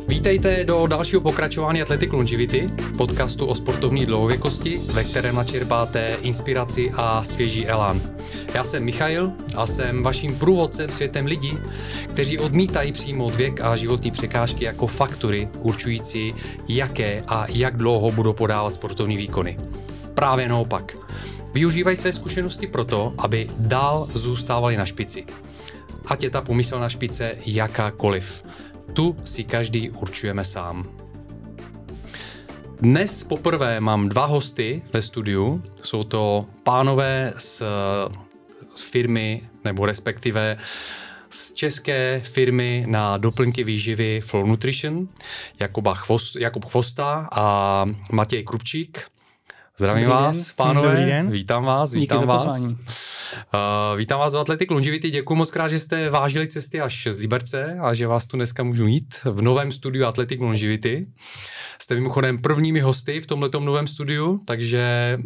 Vítejte do dalšího pokračování Athletic Longevity, podcastu o sportovní dlouhověkosti, ve kterém načerpáte inspiraci a svěží elán. Já jsem Michail a jsem vaším průvodcem světem lidí, kteří odmítají přijmout věk a životní překážky jako faktory určující, jaké a jak dlouho budou podávat sportovní výkony. Právě naopak. Využívají své zkušenosti proto, aby dál zůstávali na špici. Ať je ta pomyslná špice jakákoliv. Tu si každý určujeme sám. Dnes poprvé mám dva hosty ve studiu. Jsou to pánové z firmy, nebo respektive z české firmy na doplňky výživy Flow Nutrition, Jakub Chvosta a Matěj Krupčík. Zdravím vás, pánové. Vítám vás. Díky za pozvání. Vítám vás do Athletic Longevity. Děkuji moc krát, že jste vážili cesty až z Liberce a že vás tu dneska můžu mít v novém studiu Athletic Longevity. Jste mimochodem prvními hosty v tomhletom novém studiu, takže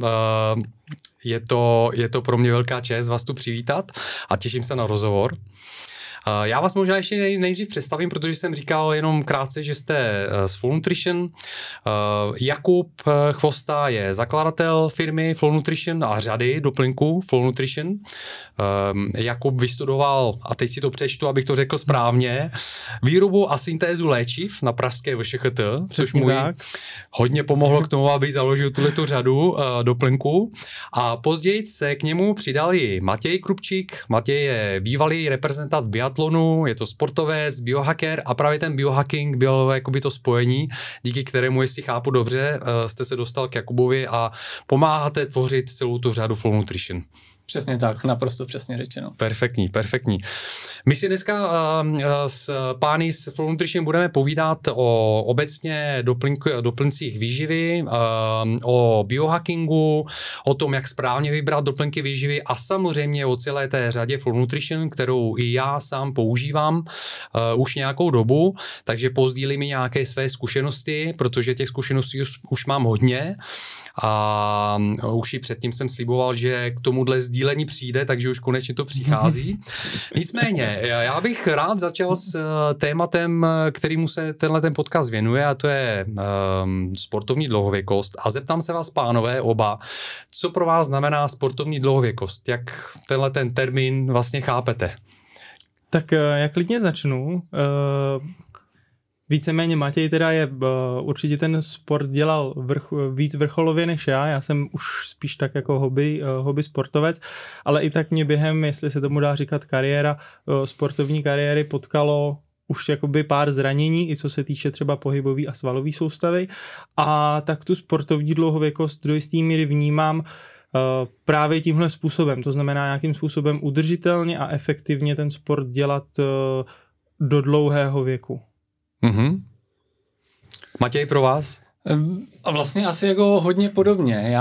je to pro mě velká čest vás tu přivítat a těším se na rozhovor. Já vás možná ještě nejdřív představím, protože jsem říkal jenom krátce, že jste z Flow Nutrition. Jakub Chvosta je zakladatel firmy Flow Nutrition a řady doplňků Flow Nutrition. Jakub vystudoval, a teď si to přečtu, abych to řekl správně, výrobu a syntézu léčiv na pražské VŠCHT, což mu hodně pomohlo k tomu, aby založil tuhletu řadu doplňků. A později se k němu přidal i Matěj Krupčík. Matěj je bývalý reprezentant biatlonu, je to sportovec, biohacker a právě ten biohacking byl jakoby to spojení, díky kterému, jestli chápu dobře, jste se dostal k Jakubovi a pomáháte tvořit celou tu řadu Flow Nutrition. Přesně tak, naprosto přesně řečeno. Perfektní. My si dneska s pány z Flow Nutrition budeme povídat o obecně doplňcích výživy, o biohackingu, o tom, jak správně vybrat doplňky výživy a samozřejmě o celé té řadě Flow Nutrition, kterou i já sám používám už nějakou dobu, takže pozdílím mi nějaké své zkušenosti, protože těch zkušeností už mám hodně a už i předtím jsem sliboval, že k tomuhle sdílení přijde, takže už konečně to přichází. Nicméně, já bych rád začal s tématem, kterému se ten podcast věnuje, a to je sportovní dlouhověkost. A zeptám se vás, pánové, oba, co pro vás znamená sportovní dlouhověkost? Jak ten termín vlastně chápete? Tak já klidně začnu. Víceméně Matěj teda určitě ten sport dělal víc vrcholově než já jsem už spíš tak jako hobby sportovec, ale i tak mě během, jestli se tomu dá říkat sportovní kariéry potkalo už jakoby pár zranění, i co se týče třeba pohybové a svalové soustavy, a tak tu sportovní dlouhověkost do jistý míry vnímám právě tímhle způsobem, to znamená nějakým způsobem udržitelně a efektivně ten sport dělat do dlouhého věku. Mm-hmm. Matěj, pro vás? A vlastně asi jako hodně podobně.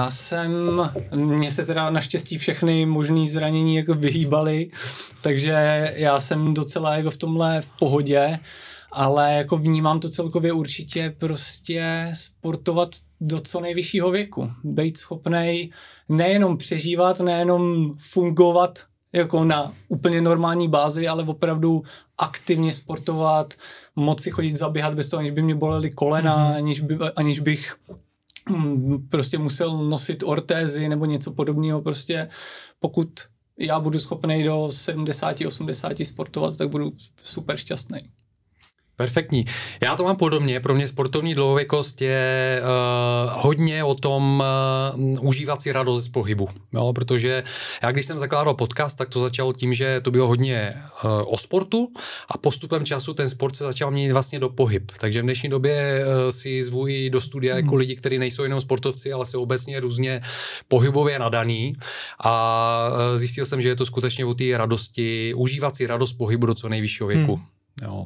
Mně se teda naštěstí všechny možný zranění jako vyhýbaly, takže já jsem docela jako v tomhle v pohodě, ale jako vnímám to celkově určitě prostě sportovat do co nejvyššího věku. Být schopnej nejenom přežívat, nejenom fungovat jako na úplně normální bázi, ale opravdu aktivně sportovat, moci chodit zaběhat bez toho, aniž by mě bolely kolena, aniž bych prostě musel nosit ortézy nebo něco podobného. Prostě pokud já budu schopný do 70-80 sportovat, tak budu super šťastný. Perfektní. Já to mám podobně. Pro mě sportovní dlouhověkost je hodně o tom užívat si radost z pohybu. Jo, protože já, když jsem zakládal podcast, tak to začalo tím, že to bylo hodně o sportu a postupem času ten sport se začal měnit vlastně do pohyb. Takže v dnešní době si zvu i do studia jako lidi, kteří nejsou jenom sportovci, ale jsou obecně různě pohybově nadaný, a zjistil jsem, že je to skutečně o té radosti, užívat si radost pohybu do co nejvyššího věku. Jo.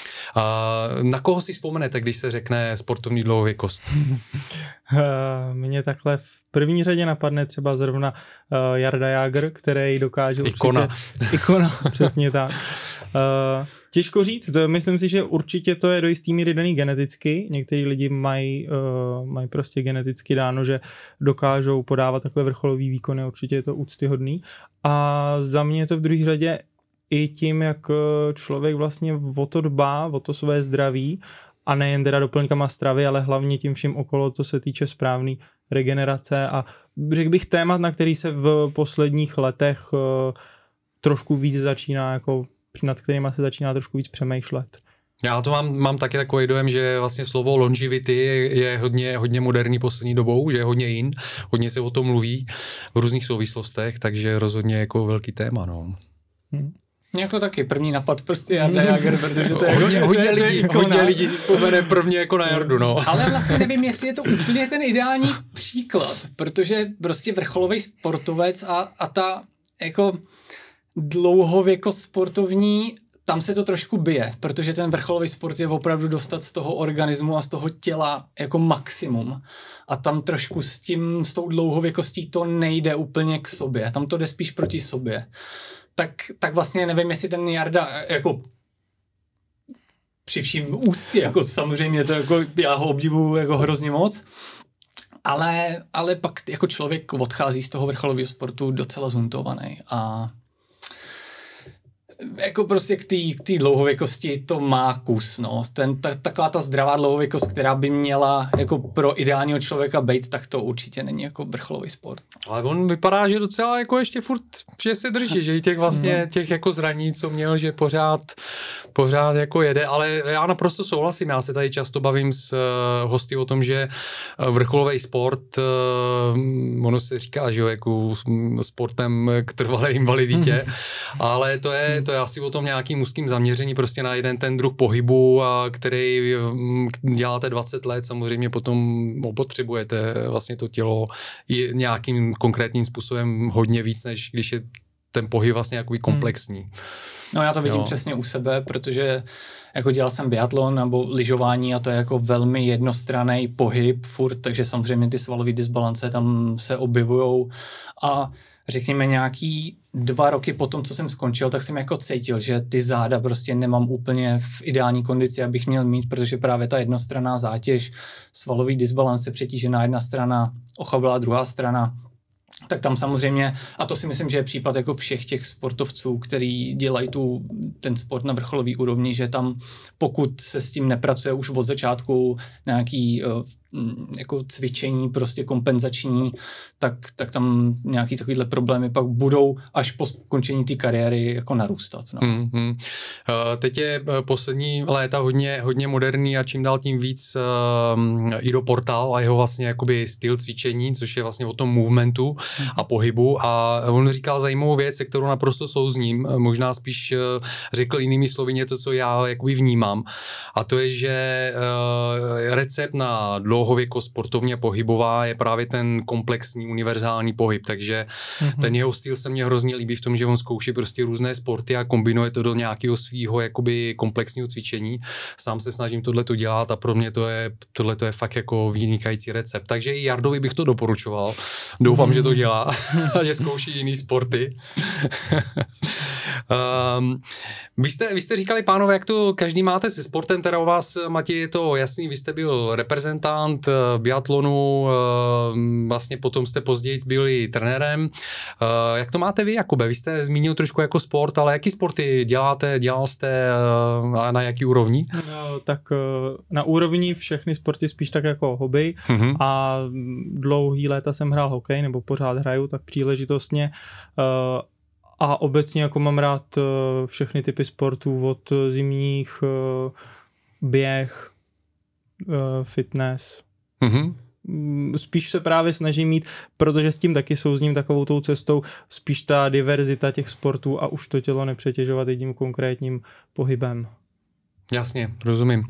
Na koho si vzpomenete, když se řekne sportovní dlouhověkost? Mně takhle v první řadě napadne třeba zrovna Jarda Jágr, který dokáže Ikona. Ikona, přesně tak. Těžko říct, myslím si, že určitě to je do jistý míry daný geneticky. Někteří lidi mají prostě geneticky dáno, že dokážou podávat takhle vrcholový výkony, určitě je to úctyhodný. A za mě je to v druhé řadě i tím, jak člověk vlastně o to dbá, o to své zdraví a nejen teda doplňkama stravy, ale hlavně tím vším okolo, co se týče správné regenerace a řekl bych témat, na který se v posledních letech trošku víc začíná, jako nad kterýma se začíná trošku víc přemýšlet. Já to mám taky takový dojem, že vlastně slovo longevity je hodně moderní poslední dobou, že je hodně hodně se o tom mluví v různých souvislostech, takže rozhodně jako velký téma, no. Jako taky první napad prostě Jarda Jágr, protože to je hodně lidí si vzpomene prvně jako na Jardu, no. Ale vlastně nevím, jestli je to úplně ten ideální příklad, protože prostě vrcholový sportovec a ta jako dlouhověkost sportovní, tam se to trošku bije, protože ten vrcholový sport je opravdu dostat z toho organismu a z toho těla jako maximum. A tam trošku s tou dlouhověkostí to nejde úplně k sobě. Tam to jde spíš proti sobě. Tak vlastně nevím, jestli ten Jarda jako při vším úctě, jako samozřejmě to jako já ho obdivuju jako hrozně moc, ale pak jako člověk odchází z toho vrcholového sportu docela zuntovaný a jako prostě k té dlouhověkosti to má kus, no. Taková ta zdravá dlouhověkost, která by měla jako pro ideálního člověka být, tak to určitě není jako vrcholový sport. Ale on vypadá, že docela jako ještě furt, že se drží, že i těch jako zraní, co měl, že pořád jako jede, ale já naprosto souhlasím, já se tady často bavím s hosty o tom, že vrcholový sport, ono se říká, že jako sportem k trvalé invaliditě, ale to je asi o tom nějakým úzkým zaměření prostě na jeden ten druh pohybu, a který děláte 20 let, samozřejmě potom potřebujete vlastně to tělo i nějakým konkrétním způsobem hodně víc, než když je ten pohyb vlastně jakoby komplexní. No já to vidím přesně u sebe, protože jako dělal jsem biatlon nebo lyžování a to je jako velmi jednostranný pohyb furt, takže samozřejmě ty svalové disbalance tam se objevujou a řekněme nějaký 2 roky po tom, co jsem skončil, tak jsem jako cítil, že ty záda prostě nemám úplně v ideální kondici, abych měl mít, protože právě ta jednostranná zátěž, svalový disbalance, přetížená jedna strana, ochabila druhá strana, tak tam samozřejmě, a to si myslím, že je případ jako všech těch sportovců, který dělají ten sport na vrcholový úrovni, že tam pokud se s tím nepracuje už od začátku nějaký jako cvičení prostě kompenzační, tak tam nějaký takovýhle problémy pak budou až po skončení té kariéry jako narůstat. No. Teď je poslední léta hodně moderní a čím dál tím víc Ido Portal a jeho vlastně jakoby styl cvičení, což je vlastně o tom movementu a pohybu a on říkal zajímavou věc, se kterou naprosto souzním, možná spíš řekl jinými slovy něco, co já jakoby vnímám a to je, že recept na dlouhověkost sportovně pohybová je právě ten komplexní univerzální pohyb, takže ten jeho styl se mně hrozně líbí v tom, že on zkouší prostě různé sporty a kombinuje to do nějakého svýho jakoby komplexního cvičení. Sám se snažím tohleto dělat a pro mě tohleto je fakt jako vynikající recept. Takže i Jardovi bych to doporučoval. Doufám, že to dělá a že zkouší jiný sporty. Vy jste říkali, pánové, jak to každý máte se sportem, teda u vás, Matěj, je to jasný, vy jste byl reprezentant biatlonu, vlastně potom jste později byli trenérem. Jak to máte vy, Jakube? Vy jste zmínil trošku jako sport, ale jaký sporty dělal jste a na jaký úrovni? No, tak na úrovni všechny sporty spíš tak jako hobby a dlouhý léta jsem hrál hokej, nebo pořád hraju, tak příležitostně. A obecně jako mám rád všechny typy sportů, od zimních, běh, fitness. Spíš se právě snažím mít, protože s tím taky souzním takovou tou cestou, spíš ta diverzita těch sportů a už to tělo nepřetěžovat jedním konkrétním pohybem. Jasně, rozumím.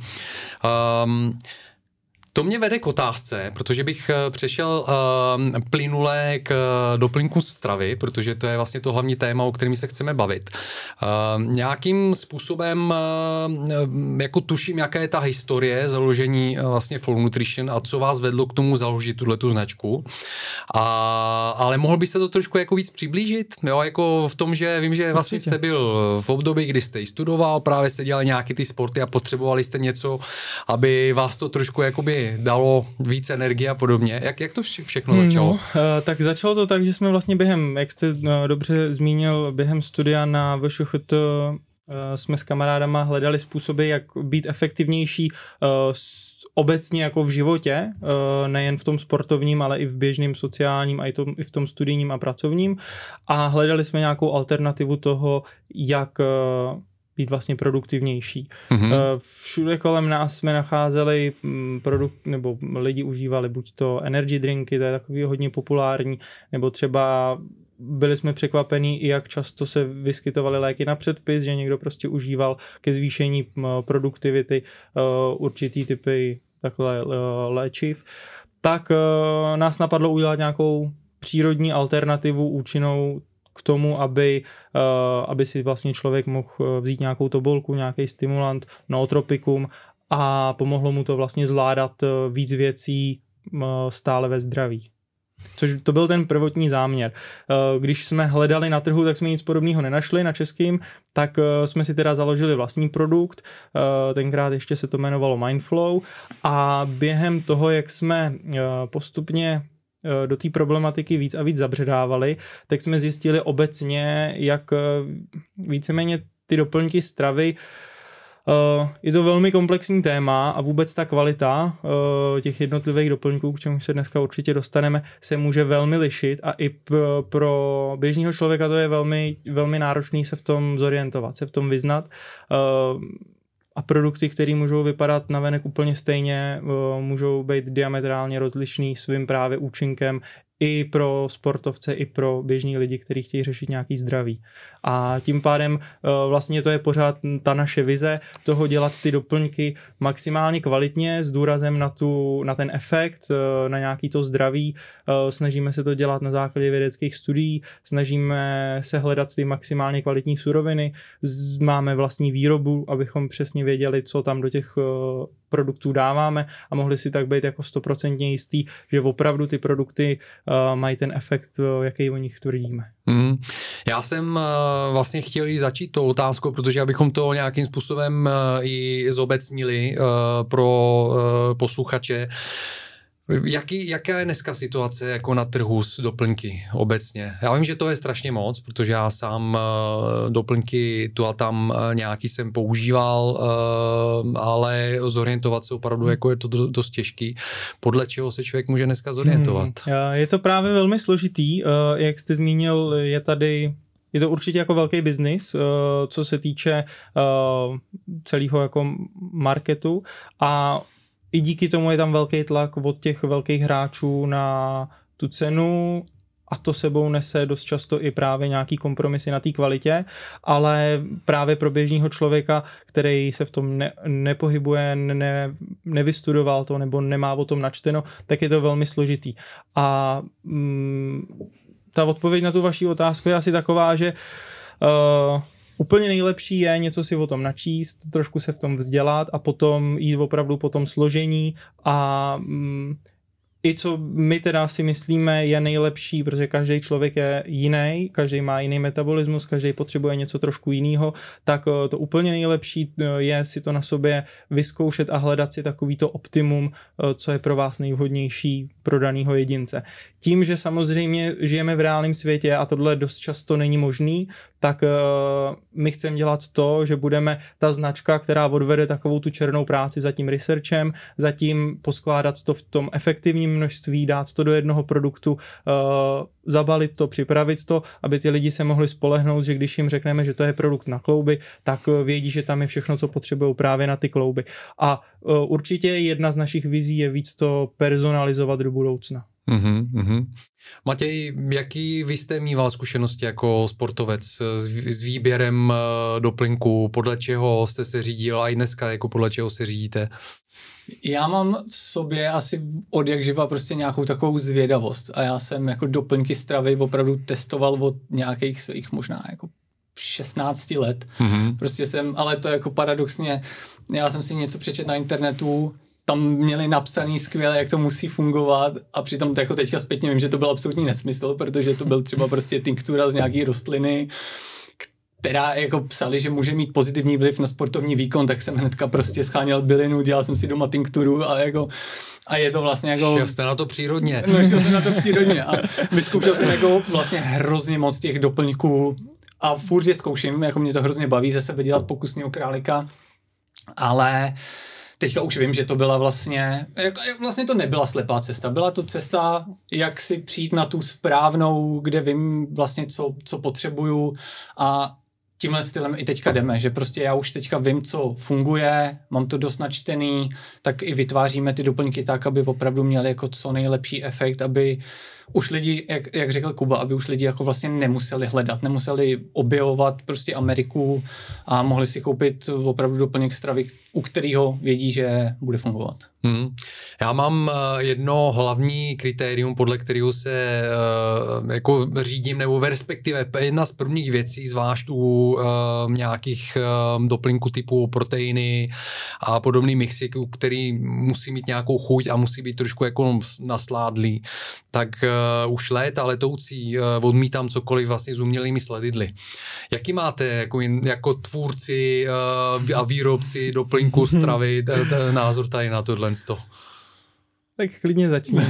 To mě vede k otázce, protože bych přešel plynule k doplňku stravy, protože to je vlastně to hlavní téma, o kterém se chceme bavit. Nějakým způsobem jako tuším, jaká je ta historie založení vlastně Flow Nutrition a co vás vedlo k tomu založit tuhletu značku. Ale mohl by se to trošku jako víc přiblížit? Jo, jako v tom, že vím, že vlastně jste byl v období, kdy jste studoval, právě jste dělali nějaký ty sporty a potřebovali jste něco, aby vás to trošku jakoby dalo víc energie a podobně. Jak to všechno začalo? No, tak začalo to tak, že jsme vlastně během, jak jste dobře zmínil, během studia na VŠHT jsme s kamarádama hledali způsoby, jak být efektivnější obecně jako v životě, nejen v tom sportovním, ale i v běžném sociálním a i v tom studijním a pracovním. A hledali jsme nějakou alternativu toho, jak být vlastně produktivnější. Všude kolem nás jsme nacházeli nebo lidi užívali buď to energy drinky, to je takový hodně populární, nebo třeba byli jsme překvapení i jak často se vyskytovaly léky na předpis, že někdo prostě užíval ke zvýšení produktivity určitý typy takhle léčiv. Tak nás napadlo udělat nějakou přírodní alternativu účinnou k tomu, aby si vlastně člověk mohl vzít nějakou tobolku, nějaký stimulant, nootropikum a pomohlo mu to vlastně zvládat víc věcí stále ve zdraví. Což to byl ten prvotní záměr. Když jsme hledali na trhu, tak jsme nic podobného nenašli na českým, tak jsme si teda založili vlastní produkt, tenkrát ještě se to jmenovalo Mindflow a během toho, jak jsme postupně do té problematiky víc a víc zabředávali, tak jsme zjistili obecně, jak víceméně ty doplňky stravy je to velmi komplexní téma a vůbec ta kvalita těch jednotlivých doplňků, k čemu se dneska určitě dostaneme, se může velmi lišit a i pro běžného člověka to je velmi, velmi náročný se v tom zorientovat, se v tom vyznat. A produkty, které můžou vypadat navenek úplně stejně, můžou být diametrálně rozlišný svým právě účinkem i pro sportovce, i pro běžní lidi, kteří chtějí řešit nějaký zdraví. A tím pádem vlastně to je pořád ta naše vize toho dělat ty doplňky maximálně kvalitně s důrazem na ten efekt, na nějaký to zdraví. Snažíme se to dělat na základě vědeckých studií, snažíme se hledat ty maximálně kvalitní suroviny, máme vlastní výrobu, abychom přesně věděli, co tam do těch produktů dáváme a mohli si tak být jako 100% jistý, že opravdu ty produkty mají ten efekt, jaký o nich tvrdíme. Já jsem vlastně chtěl jít začít tou otázkou, protože abychom to nějakým způsobem i zobecnili pro posluchače. Jaká je dneska situace jako na trhu s doplňky obecně? Já vím, že to je strašně moc, protože já sám doplňky tu a tam nějaký jsem používal, ale zorientovat se opravdu jako je to dost těžký. Podle čeho se člověk může dneska zorientovat? Je to právě velmi složitý, jak jste zmínil, je to určitě jako velký biznis, co se týče celého jako marketu a i díky tomu je tam velký tlak od těch velkých hráčů na tu cenu a to sebou nese dost často i právě nějaký kompromisy na té kvalitě, ale právě pro běžného člověka, který se v tom nepohybuje, nevystudoval to nebo nemá o tom načteno, tak je to velmi složitý. A ta odpověď na tu vaši otázku je asi taková, že úplně nejlepší je něco si o tom načíst, trošku se v tom vzdělat a potom jít opravdu po tom složení a i co my teda si myslíme je nejlepší, protože každý člověk je jiný, každý má jiný metabolismus, každý potřebuje něco trošku jiného, tak to úplně nejlepší je si to na sobě vyzkoušet a hledat si takovýto optimum, co je pro vás nejvhodnější pro danýho jedince. Tím, že samozřejmě žijeme v reálném světě a tohle dost často není možný, tak my chceme dělat to, že budeme ta značka, která odvede takovou tu černou práci za tím researchem, zatím poskládat to v tom efektivním množství, dát to do jednoho produktu, zabalit to, připravit to, aby ty lidi se mohli spolehnout, že když jim řekneme, že to je produkt na klouby, tak vědí, že tam je všechno, co potřebují právě na ty klouby. A určitě jedna z našich vizí je víc to personalizovat do budoucna. Matěj, jaký vy jste mýval zkušenosti jako sportovec s výběrem doplňků, podle čeho jste se řídil a i dneska jako podle čeho se řídíte? Já mám v sobě asi od jak živa prostě nějakou takovou zvědavost a já jsem jako doplňky stravy opravdu testoval od nějakých svých možná jako 16 let. Prostě ale to jako paradoxně, já jsem si něco přečetl na internetu, tam měli napsaný skvěle, jak to musí fungovat a přitom jako teďka zpětně vím, že to byl absolutní nesmysl, protože to byl třeba prostě tinktura z nějaký rostliny, která jako psali, že může mít pozitivní vliv na sportovní výkon, tak jsem hnedka prostě scháněl bylinu, dělal jsem si doma tinkturu a je to vlastně jako... Šel jste na to přírodně. No, šel jsem na to přírodně a vyzkoušel jsem jako vlastně hrozně moc těch doplňků a furt je zkouším, jako mě to hrozně baví ze sebe dělat pokusného králika, ale teďka už vím, že to byla vlastně to nebyla slepá cesta, byla to cesta, jak si přijít na tu správnou, kde vím vlastně, co potřebuju a tímhle stylem i teďka jdeme, že prostě já už teďka vím, co funguje, mám to dost načtený, tak i vytváříme ty doplňky tak, aby opravdu měli jako co nejlepší efekt, aby už lidi, jak řekl Kuba, aby už lidi jako vlastně nemuseli hledat, nemuseli objevovat prostě Ameriku a mohli si koupit opravdu doplněk stravy, u kterého vědí, že bude fungovat. Já mám jedno hlavní kritérium, podle kterého se jako řídím, nebo respektive jedna z prvních věcí, zvlášť u nějakých doplňků typu proteiny a podobný mixy, který musí mít nějakou chuť a musí být trošku jako nasládlý, tak už léta letoucí odmítám cokoliv vlastně s umělými sladidly. Jaký máte jako tvůrci a výrobci doplňků stravy názor tady na tohle? Tak klidně začni.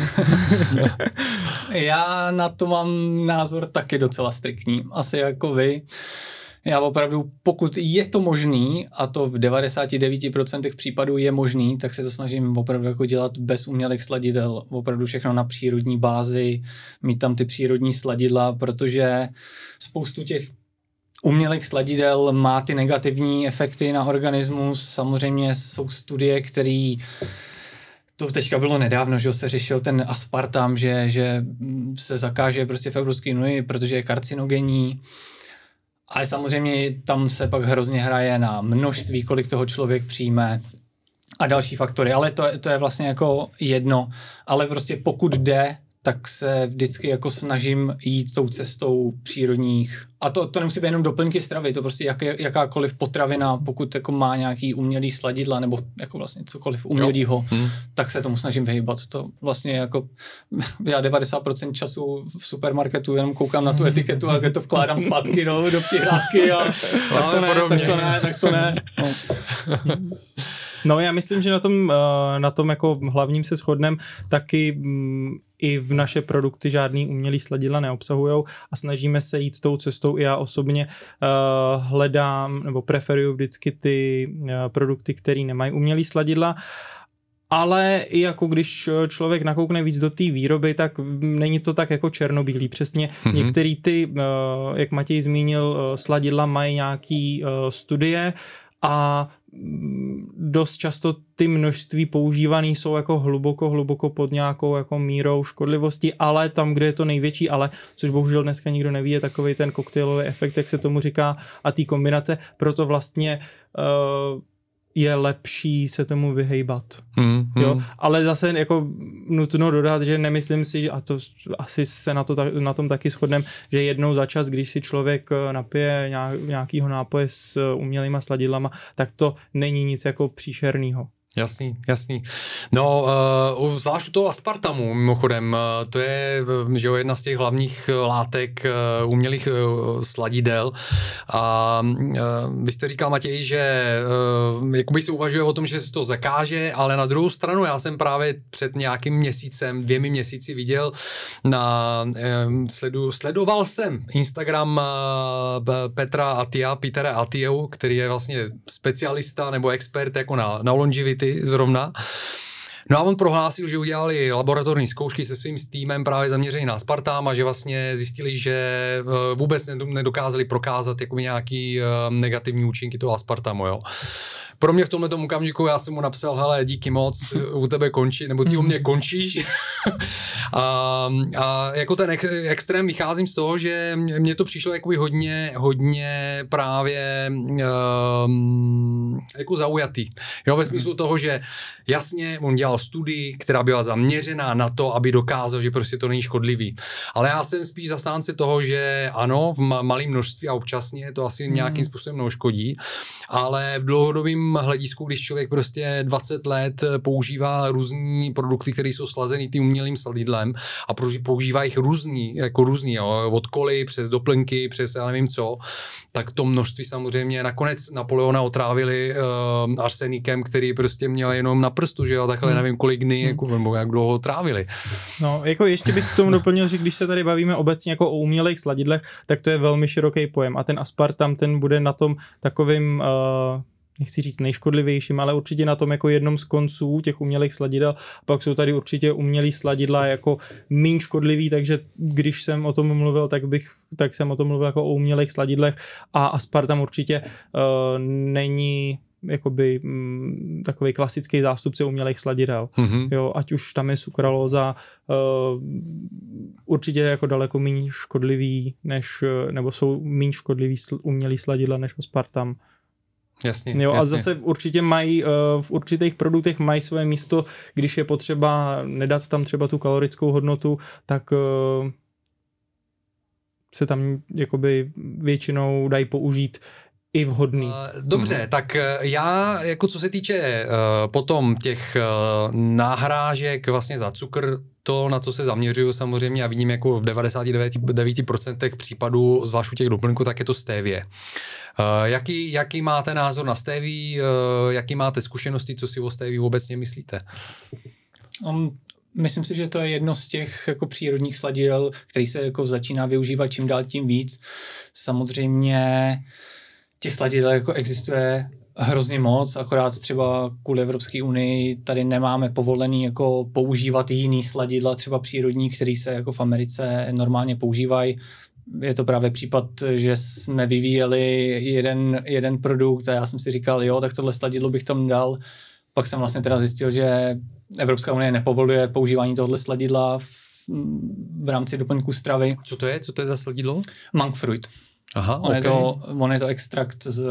Já na to mám názor taky docela striktní, asi jako vy. Já opravdu, pokud je to možný, a to v 99% případů je možný, tak se to snažím opravdu jako dělat bez umělých sladidel, opravdu všechno na přírodní bázi, mít tam ty přírodní sladidla, protože spoustu těch umělých sladidel má ty negativní efekty na organismus. Samozřejmě jsou studie, které to teďka bylo nedávno, že se řešil ten aspartam, že se zakáže prostě v Evropské unii, protože je karcinogenní. Ale samozřejmě tam se pak hrozně hraje na množství, kolik toho člověk přijme a další faktory. Ale to je vlastně jako jedno. Ale prostě pokud jde, tak se vždycky jako snažím jít tou cestou přírodních. A to nemusí být jenom doplňky stravy, to prostě jakákoliv potravina, pokud jako má nějaký umělý sladidla nebo jako vlastně cokoliv umělýho, tak se tomu snažím vyhýbat. To vlastně jako já 90% času v supermarketu jenom koukám na tu etiketu a to vkládám zpátky do přihrádky a tak to ne. No já myslím, že na tom jako hlavním se shodneme, taky i v naše produkty žádný umělý sladidla neobsahujou a snažíme se jít tou cestou. I já osobně hledám nebo preferuju vždycky ty produkty, které nemají umělý sladidla. Ale i jako když člověk nakoukne víc do té výroby, tak není to tak jako černobílý. Přesně některý ty, jak Matěj zmínil, sladidla mají nějaký studie a dost často ty množství používaný jsou jako hluboko pod nějakou jako mírou škodlivosti, ale tam, kde je to největší, ale což bohužel dneska nikdo neví, je takový ten koktejlový efekt, jak se tomu říká, a té kombinace, proto vlastně je lepší se tomu vyhejbat. Jo? Ale zase jako nutno dodat, že nemyslím si, a to asi se na tom taky shodneme, že jednou za čas, když si člověk napije nějakýho nápoje s umělýma sladidlama, tak to není nic jako příšernýho. Jasný. No, zvlášť u toho aspartamu, mimochodem, to je že jedna z těch hlavních látek umělých sladidel. A vy jste říkal, Matěj, že jakoby si uvažuje o tom, že se to zakáže, ale na druhou stranu já jsem právě před nějakým měsícem, 2 měsíci viděl sledoval jsem Instagram Petera Attieu, který je vlastně specialista nebo expert jako na longevity zrovna. No a on prohlásil, že udělali laboratorní zkoušky se svým týmem právě zaměřený na aspartam a že vlastně zjistili, že vůbec nedokázali prokázat jako nějaký negativní účinky toho aspartamu, jo. Pro mě v tomhle okamžiku já jsem mu napsal, hele, díky moc, u tebe končí, nebo ty u mě končíš. a jako ten extrém vycházím z toho, že mně to přišlo jako hodně právě jako zaujatý. Jo, ve smyslu toho, že jasně, on dělal studii, která byla zaměřená na to, aby dokázal, že prostě to není škodlivý. Ale já jsem spíš zastánce toho, že ano, v malém množství a občasně to asi nějakým způsobem neuškodí, ale v dlouhodobém hledisku, když člověk prostě 20 let používá různý produkty, které jsou slazený tím umělým sladidlem a používá jich různý, jo, od koly přes doplňky, přes já nevím co, tak to množství samozřejmě nakonec Napoleona otrávili arsenikem, který prostě měl jenom na prstu, že jo, takhle nevím nevím kolik dny, jako, jak dlouho trávili. No, jako ještě bych k tomu doplnil, že když se tady bavíme obecně jako o umělých sladidlech, tak to je velmi široký pojem a ten aspartam, ten bude na tom takovým nechci říct nejškodlivějším, ale určitě na tom jako jednom z konců těch umělých sladidel. Pak jsou tady určitě umělý sladidla jako méně škodlivý, takže když jsem o tom mluvil, tak jsem o tom mluvil jako o umělých sladidlech a aspartam určitě není jakoby takový klasický zástupce umělých sladidel. Jo, ať už tam je sukralóza, určitě jako daleko méně škodlivý nebo jsou méně škodlivý umělý sladidla než aspartam. Jasně, jo, jasně. A zase určitě mají v určitých produktech mají své místo, když je potřeba nedat tam třeba tu kalorickou hodnotu, tak se tam jakoby většinou dají použít i vhodný. Dobře, tak já, jako co se týče potom těch náhrážek vlastně za cukr, to, na co se zaměřuju samozřejmě a vidím jako v 99% případů, zvlášť u těch doplňků, tak je to stevie. Jaký máte názor na stevii, jaký máte zkušenosti, co si o stevii obecně myslíte? Myslím si, že to je jedno z těch jako přírodních sladidel, který se jako začíná využívat čím dál tím víc. Samozřejmě těch sladidel jako existuje hrozně moc, akorát třeba kvůli Evropské unii tady nemáme povolený jako používat jiný sladidla, třeba přírodní, který se jako v Americe normálně používají. Je to právě případ, že jsme vyvíjeli jeden produkt a já jsem si říkal, jo, tak tohle sladidlo bych tam dal. Pak jsem vlastně teda zjistil, že Evropská unie nepovoluje používání tohohle sladidla v rámci doplňku stravy. Co to je? Co to je za sladidlo? Monk fruit. Aha, On je to extrakt z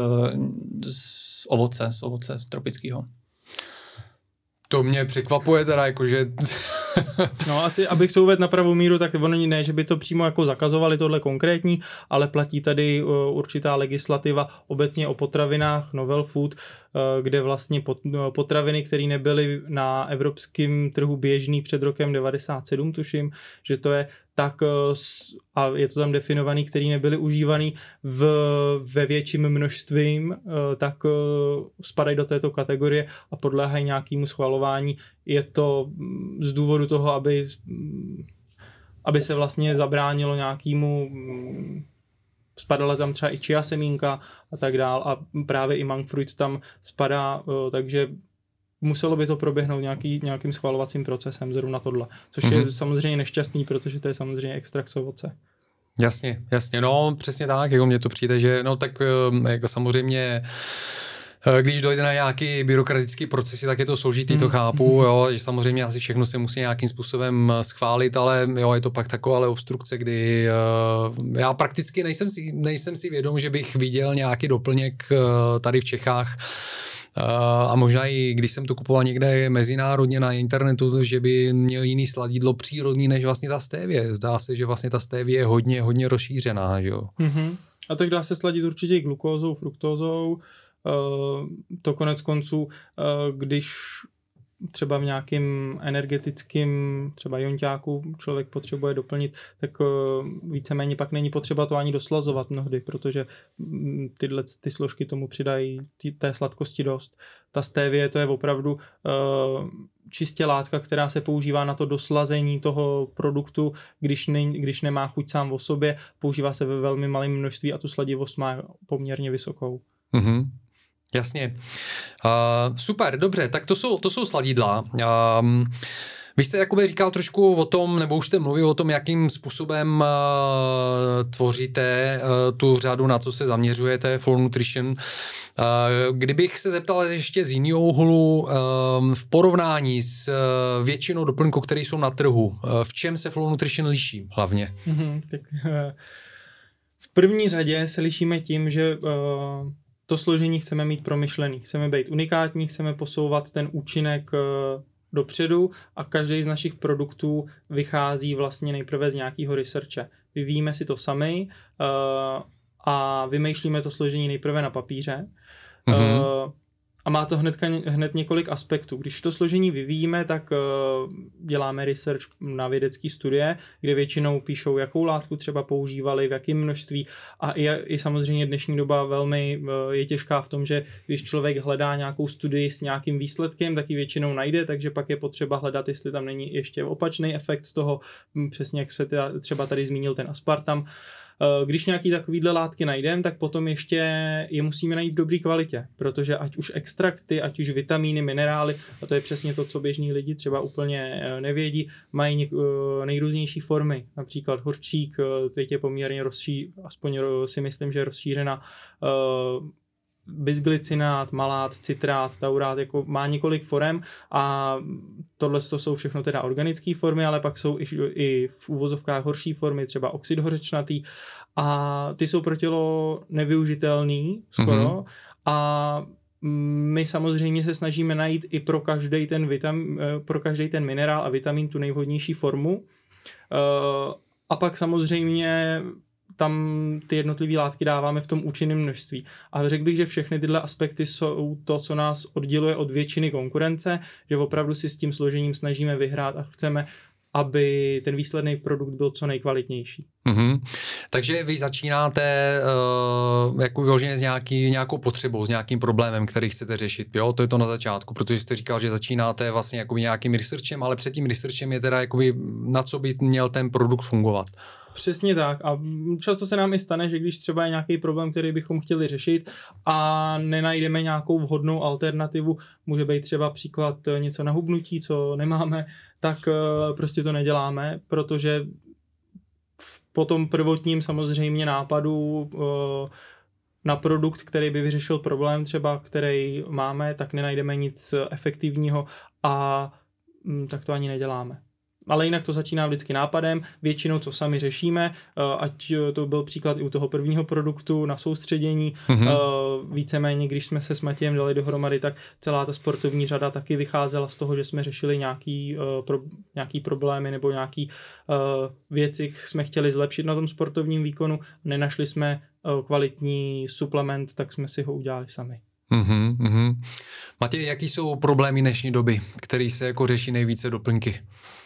ovoce tropického. To mě překvapuje teda, jakože... No asi, abych to uvedl na pravou míru, tak ono ne, že by to přímo jako zakazovali tohle konkrétní, ale platí tady určitá legislativa obecně o potravinách, novel food, kde vlastně potraviny, které nebyly na evropském trhu běžný před rokem 97, tuším, že to je tak, a je to tam definovaný, který nebyly užívaný ve větším množstvím, tak spadají do této kategorie a podléhají nějakému schvalování. Je to z důvodu toho, aby se vlastně zabránilo nějakému, spadala tam třeba i chia semínka a tak dál a právě i monk fruit tam spadá, takže muselo by to proběhnout nějakým schvalovacím procesem zrovna tohle, což je samozřejmě nešťastný, protože to je samozřejmě extrakt z ovoce. Jasně, no přesně tak, jako mně to přijde, že no tak jako samozřejmě když dojde na nějaký byrokratický procesy, tak je to složitý, to chápu, jo, že samozřejmě asi všechno se musí nějakým způsobem schválit, ale jo, je to pak taková obstrukce, kdy já prakticky nejsem si vědom, že bych viděl nějaký doplněk tady v Čechách, a možná i když jsem to kupoval někde mezinárodně na internetu, že by měl jiný sladidlo přírodní než vlastně ta stevie. Zdá se, že vlastně ta stevie je hodně rozšířená, že jo. A tak dá se sladit určitě i glukózou, fruktózou. To konec konců, když třeba v nějakým energetickým třeba jonťáku člověk potřebuje doplnit, tak víceméně pak není potřeba to ani doslazovat mnohdy, protože ty složky tomu přidají té sladkosti dost. Ta stevie, to je opravdu čistě látka, která se používá na to doslazení toho produktu, když nemá chuť sám o sobě, používá se ve velmi malém množství a tu sladivost má poměrně vysokou. Jasně. Super, dobře, tak to jsou sladidla. Vy jste jakoby říkal trošku o tom, nebo už jste mluvil o tom, jakým způsobem tvoříte tu řadu, na co se zaměřujete, Flow Nutrition. Kdybych se zeptal ještě z jiného úhlu, v porovnání s většinou doplňků, které jsou na trhu, v čem se Flow Nutrition liší hlavně? Tak v první řadě se lišíme tím, že to složení chceme mít promyšlený. Chceme být unikátní, chceme posouvat ten účinek dopředu a každý z našich produktů vychází vlastně nejprve z nějakého researche. Vyvíjíme si to sami a vymýšlíme to složení nejprve na papíře. A A má to hned několik aspektů. Když to složení vyvíjíme, tak děláme research na vědecké studie, kde většinou píšou, jakou látku třeba používali, v jakém množství. A i samozřejmě dnešní doba velmi je těžká v tom, že když člověk hledá nějakou studii s nějakým výsledkem, tak ji většinou najde, takže pak je potřeba hledat, jestli tam není ještě opačný efekt toho, přesně jak se třeba tady zmínil ten aspartam. Když nějaký takovýhle látky najdeme, tak potom ještě je musíme najít v dobré kvalitě, protože ať už extrakty, ať už vitamíny, minerály, a to je přesně to, co běžní lidi třeba úplně nevědí, mají nejrůznější formy, například hořčík, teď je poměrně aspoň si myslím, že je rozšířena bisglycinát, malát, citrát, taurát, jako má několik forem a tohle jsou všechno teda organické formy, ale pak jsou i v úvozovkách horší formy, třeba oxid hořečnatý a ty jsou pro tělo nevyužitelný skoro a my samozřejmě se snažíme najít i pro každý ten minerál a vitamin tu nejvhodnější formu a pak samozřejmě tam ty jednotlivé látky dáváme v tom účinném množství. A řekl bych, že všechny tyhle aspekty jsou to, co nás odděluje od většiny konkurence, že opravdu si s tím složením snažíme vyhrát a chceme, aby ten výsledný produkt byl co nejkvalitnější. Mm-hmm. Takže vy začínáte jako vyloženě s nějakou potřebou, s nějakým problémem, který chcete řešit, jo? To je to na začátku, protože jste říkal, že začínáte vlastně jakoby nějakým researchem, ale před tím researchem je teda jakoby na co by měl ten produkt fungovat. Přesně tak a často se nám i stane, že když třeba je nějaký problém, který bychom chtěli řešit a nenajdeme nějakou vhodnou alternativu, může být třeba příklad něco na hubnutí, co nemáme, tak prostě to neděláme, protože po tom prvotním samozřejmě nápadu na produkt, který by vyřešil problém třeba, který máme, tak nenajdeme nic efektivního a tak to ani neděláme. Ale jinak to začíná vždycky nápadem, většinou co sami řešíme, ať to byl příklad i u toho prvního produktu na soustředění, víceméně když jsme se s Matějem dali dohromady, tak celá ta sportovní řada taky vycházela z toho, že jsme řešili nějaký problémy nebo nějaký věci jsme chtěli zlepšit na tom sportovním výkonu, nenašli jsme kvalitní suplement, tak jsme si ho udělali sami. Matěj, jaký jsou problémy dnešní doby, který se jako řeší nejvíce doplňky?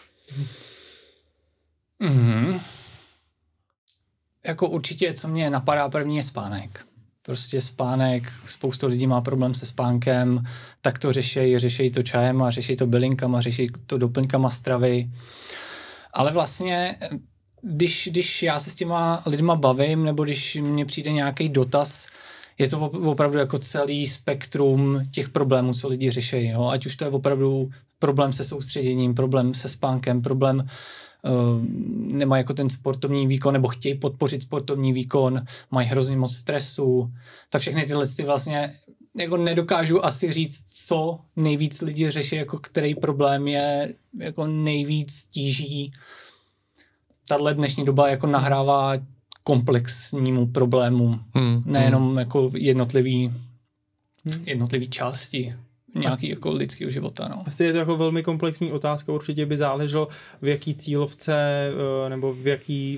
Jako určitě, co mě napadá první, je spánek. Prostě spánek, spoustu lidí má problém se spánkem, tak to řeší to čajem a řeší to bylinkama, řeší to doplňkama stravy. Ale vlastně, když já se s těma lidma bavím, nebo když mně přijde nějaký dotaz, je to opravdu jako celý spektrum těch problémů, co lidi řeší. Jo? Ať už to je opravdu problém se soustředěním, problém se spánkem, problém nemají jako ten sportovní výkon, nebo chtějí podpořit sportovní výkon, mají hrozně moc stresu, tak všechny tyhle vlastně jako nedokážu asi říct, co nejvíc lidi řeší, jako který problém je jako nejvíc tíží. Tahle dnešní doba jako nahrává komplexnímu problému, nejenom jako jednotlivý části nějaký jako lidského života. No. Asi je to jako velmi komplexní otázka, určitě by záleželo, v jaký cílovce nebo v jaký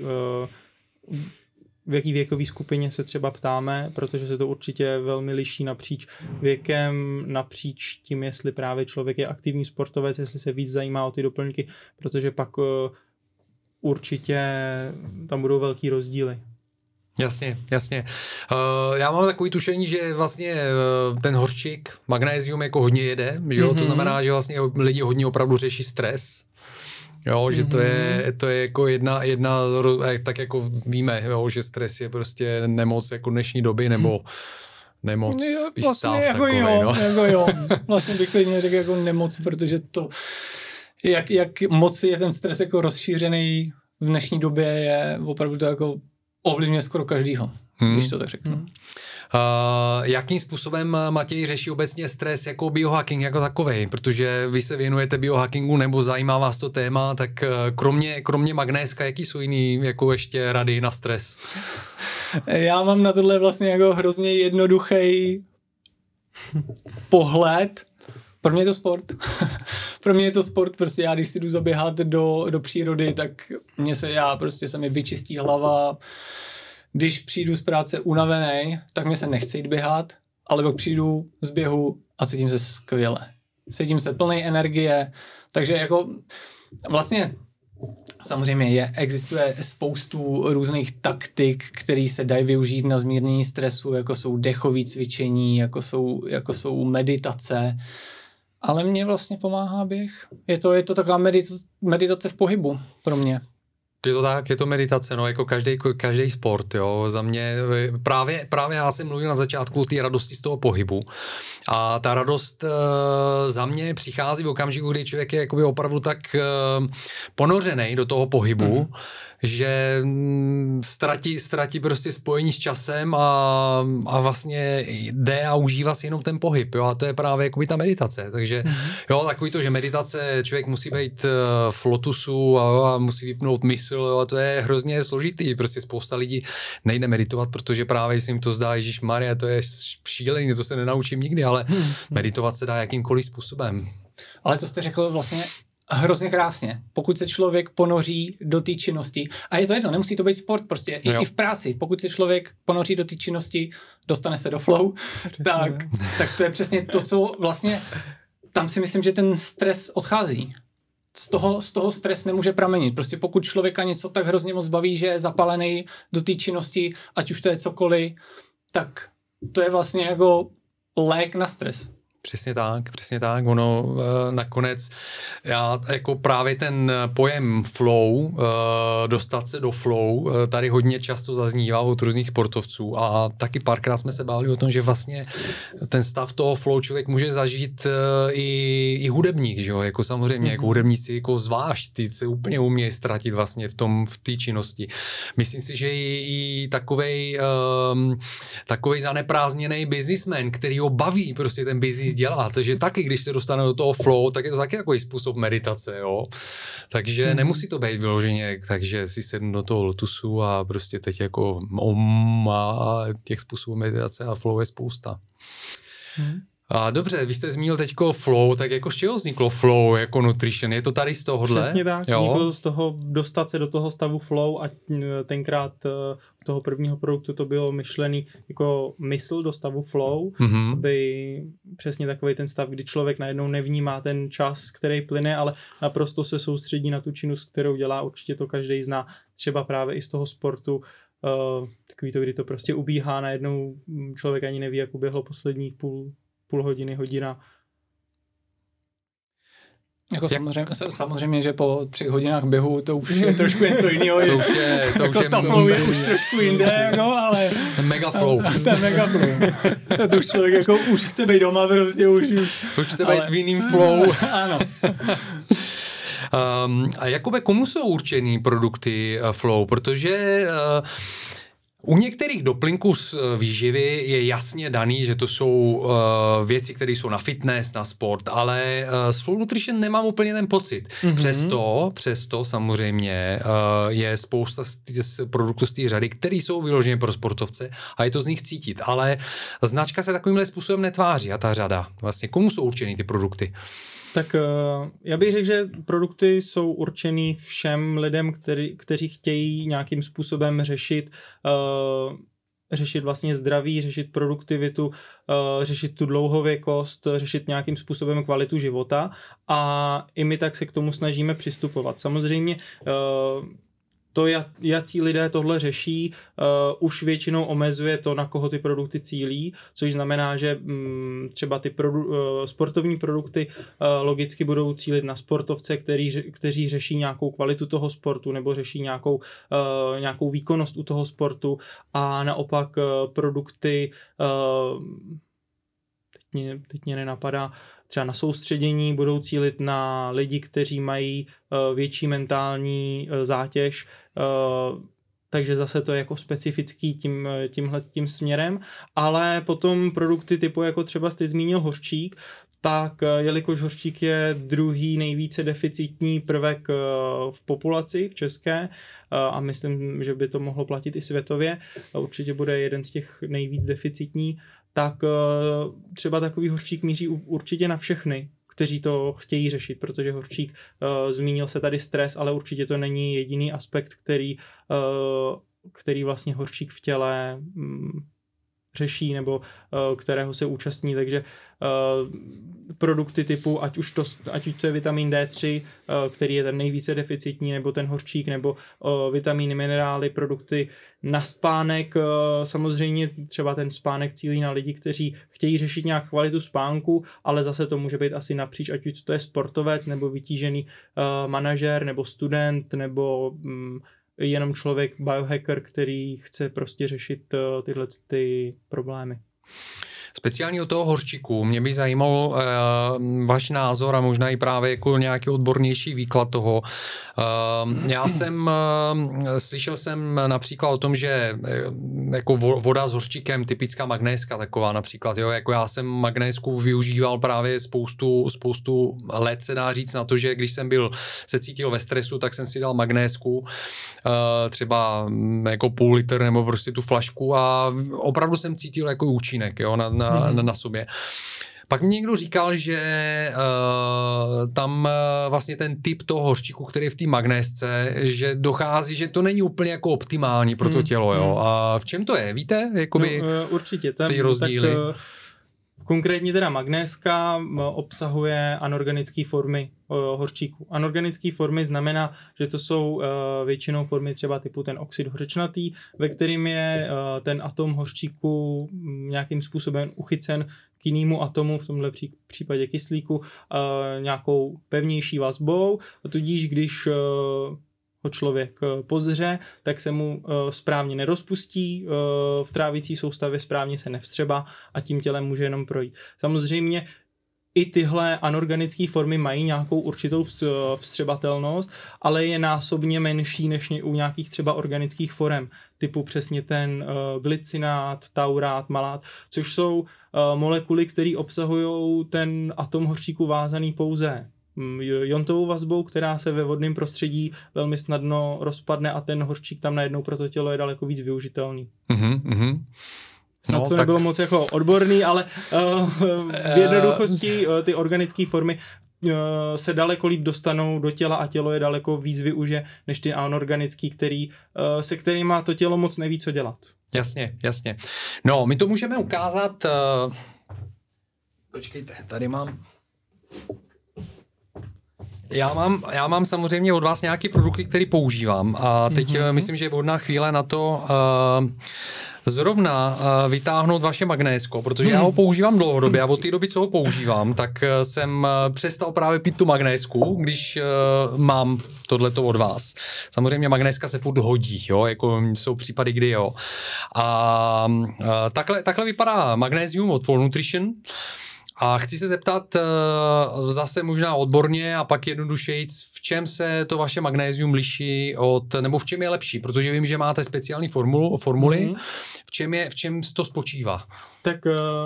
věkové skupině se třeba ptáme, protože se to určitě velmi liší napříč věkem, napříč tím, jestli právě člověk je aktivní sportovec, jestli se víc zajímá o ty doplňky, protože pak určitě tam budou velký rozdíly. Jasně. Já mám takový tušení, že vlastně ten hořčík, magnézium jako hodně jede, že jo? To znamená, že vlastně lidi hodně opravdu řeší stres. Jo, že to je jako jedna, tak jako víme, jo, že stres je prostě nemoc jako dnešní doby, nebo nemoc, spíš vlastně stav jako takovej, jo. Vlastně bych klidně řekl jako nemoc, protože to, jak moc je ten stres jako rozšířený v dnešní době, je opravdu to jako ovlivňuje skoro každýho, když to tak řeknu. Jakým způsobem Matěj řeší obecně stres jako biohacking jako takovej? Protože vy se věnujete biohackingu nebo zajímá vás to téma, tak kromě magnézka, jaký jsou jiný jako ještě rady na stres? Já mám na tohle vlastně jako hrozně jednoduchý pohled. Pro mě je to sport. Prostě já, když si jdu zaběhat do přírody, tak se mi vyčistí hlava. Když přijdu z práce unavený, tak mě se nechce jít běhat, ale pak přijdu z běhu a cítím se skvěle. Cítím se plnej energie, takže jako vlastně samozřejmě existuje spoustu různých taktik, které se dají využít na zmírnění stresu, jako jsou dechové cvičení, jako jsou meditace, ale mně vlastně pomáhá běh. Je to taková meditace v pohybu pro mě. Je to tak, je to meditace, no, jako každý sport, jo, za mě, právě já jsem mluvil na začátku o té radosti z toho pohybu a ta radost za mě přichází v okamžiku, kdy člověk je jakoby opravdu tak ponořený do toho pohybu, že ztratí prostě spojení s časem a vlastně jde a užívá si jenom ten pohyb, jo, a to je právě jakoby ta meditace, takže jo, takový to, že meditace, člověk musí být v lotusu a musí vypnout mysl, jo, a to je hrozně složitý, prostě spousta lidí nejde meditovat, protože právě si jim to zdá, ježišmarja, to je šílený, to se nenaučím nikdy, ale meditovat se dá jakýmkoliv způsobem. Ale to jste řekl vlastně hrozně krásně. Pokud se člověk ponoří do té činnosti, a je to jedno, nemusí to být sport, prostě i v práci, pokud se člověk ponoří do té činnosti, dostane se do flow, tak to je přesně to, co vlastně, tam si myslím, že ten stres odchází. Z toho stres nemůže pramenit. Prostě pokud člověka něco tak hrozně moc baví, že je zapalený do té činnosti, ať už to je cokoliv, tak to je vlastně jako lék na stres. Přesně tak, ono nakonec, já jako právě ten pojem flow, dostat se do flow, tady hodně často zaznívá od různých sportovců a taky párkrát jsme se bavili o tom, že vlastně ten stav toho flow člověk může zažít i hudebník, že jo, jako samozřejmě, jako hudebníci jako zvlášť, ty se úplně umějí ztratit vlastně v té činnosti. Myslím si, že i takovej zaneprázdněný businessman, který ho baví prostě ten business dělat, takže taky, když se dostane do toho flow, tak je to taky takový způsob meditace, jo. Takže nemusí to být vyloženě, takže si sednu do toho lotusu a prostě teď jako a těch způsobů meditace a flow je spousta. A dobře, vy jste zmínil teďko flow, tak jako z čeho vzniklo flow jako nutrition? Je to tady z tohohle? Přesně tak, vzniklo z toho dostat se do toho stavu flow a tenkrát toho prvního produktu to bylo myšlený jako mysl do stavu flow, aby přesně takový ten stav, kdy člověk najednou nevnímá ten čas, který plyne, ale naprosto se soustředí na tu činnost, kterou dělá, určitě to každý zná, třeba právě i z toho sportu, takový to, kdy to prostě ubíhá, najednou člověk ani neví, jak uběhlo posledních půl hodiny, hodina. Jako samozřejmě, že po 3 hodinách běhu to už je trošku něco jiného. To už je trošku jinde, no, ale... Mega flow. Ten mega flow. To už člověk jako už chce být doma, prostě už chce být v jiným flow. Ano. A jakoby komu jsou určený produkty flow? Protože... U některých doplňků z výživy je jasně daný, že to jsou věci, které jsou na fitness, na sport, ale s Flow Nutrition nemám úplně ten pocit. Přesto samozřejmě je spousta z produktů z té řady, které jsou vyloženě pro sportovce a je to z nich cítit, ale značka se takovýmhle způsobem netváří a ta řada. Vlastně komu jsou určený ty produkty? Tak já bych řekl, že produkty jsou určený všem lidem, kteří chtějí nějakým způsobem řešit vlastně zdraví, řešit produktivitu, řešit tu dlouhověkost, řešit nějakým způsobem kvalitu života a i my tak se k tomu snažíme přistupovat. Samozřejmě to, jací lidé tohle řeší, už většinou omezuje to, na koho ty produkty cílí, což znamená, že třeba ty sportovní produkty logicky budou cílit na sportovce, kteří řeší nějakou kvalitu toho sportu nebo řeší nějakou výkonnost u toho sportu a naopak produkty, teď mě nenapadá, třeba na soustředění budou cílit na lidi, kteří mají větší zátěž, takže zase to je jako specifický tím směrem, ale potom produkty typu, jako třeba jste zmínil hořčík, tak jelikož hořčík je druhý nejvíce deficitní prvek v populaci v české a myslím, že by to mohlo platit i světově, určitě bude jeden z těch nejvíc deficitní, tak třeba takový hořčík míří určitě na všechny, kteří to chtějí řešit, protože hořčík, zmínil se tady stres, ale určitě to není jediný aspekt, který vlastně hořčík v těle řeší nebo kterého se účastní, takže produkty typu, ať už to je vitamin D3, který je ten nejvíce deficitní, nebo ten hořčík, nebo vitamíny, minerály, produkty na spánek. Samozřejmě třeba ten spánek cílí na lidi, kteří chtějí řešit nějak kvalitu spánku, ale zase to může být asi napříč, ať už to je sportovec, nebo vytížený manažer, nebo student, nebo jenom člověk, biohacker, který chce prostě řešit tyhle ty problémy. Speciálně u toho hořčiku, mě by zajímal váš názor a možná i právě jako nějaký odbornější výklad toho. Slyšel jsem například o tom, že jako voda s hořčikem, typická magnéska taková například, jo, jako já jsem magnésku využíval právě spoustu let, se dá říct, na to, že když jsem se cítil ve stresu, tak jsem si dal magnésku, třeba jako půl litr nebo prostě tu flašku a opravdu jsem cítil jako účinek, jo, na sobě. Pak mi někdo říkal, že tam vlastně ten typ toho hořčíku, který je v té magnésce, že dochází, že to není úplně jako optimální pro to tělo, jo. A v čem to je? Víte? Jakoby určitě. Ty rozdíly. Tak, konkrétně teda magnéska obsahuje anorganické formy hořčíku. Anorganické formy znamená, že to jsou většinou formy třeba typu ten oxid hořečnatý, ve kterým je ten atom hořčíku nějakým způsobem uchycen k jinému atomu, v tomhle případě kyslíku, nějakou pevnější vazbou. Tudíž když ho člověk pozře, tak se mu správně nerozpustí, v trávicí soustavě správně se nevstřeba a tím tělem může jenom projít. Samozřejmě i tyhle anorganické formy mají nějakou určitou vstřebatelnost, ale je násobně menší než u nějakých třeba organických forem, typu přesně ten glycinát, taurát, malát, což jsou molekuly, které obsahují ten atom hořčíku vázaný pouze iontovou vazbou, která se ve vodném prostředí velmi snadno rozpadne a ten hořčík tam najednou pro to tělo je daleko víc využitelný. Snad to nebylo moc jako odborný, ale v jednoduchosti ty organické formy se daleko líp dostanou do těla a tělo je daleko víc využije než ty anorganický, se kterými to tělo moc neví, co dělat. Jasně. No, my to můžeme ukázat. Počkejte, tady mám. Já mám samozřejmě od vás nějaké produkty, které používám a teď myslím, že je vhodná chvíle na to zrovna vytáhnout vaše magnésko, protože já ho používám dlouhodobě a od té doby, co ho používám, tak jsem přestal právě pít tu magnésku, když mám tohleto od vás. Samozřejmě magnéska se furt hodí, jo, jako jsou případy, kdy jo. A takhle vypadá magnézium od Full Nutrition. A chci se zeptat zase možná odborně a pak jednodušejíc, v čem se to vaše magnézium liší nebo v čem je lepší, protože vím, že máte speciální formuly, v čem to spočívá? Tak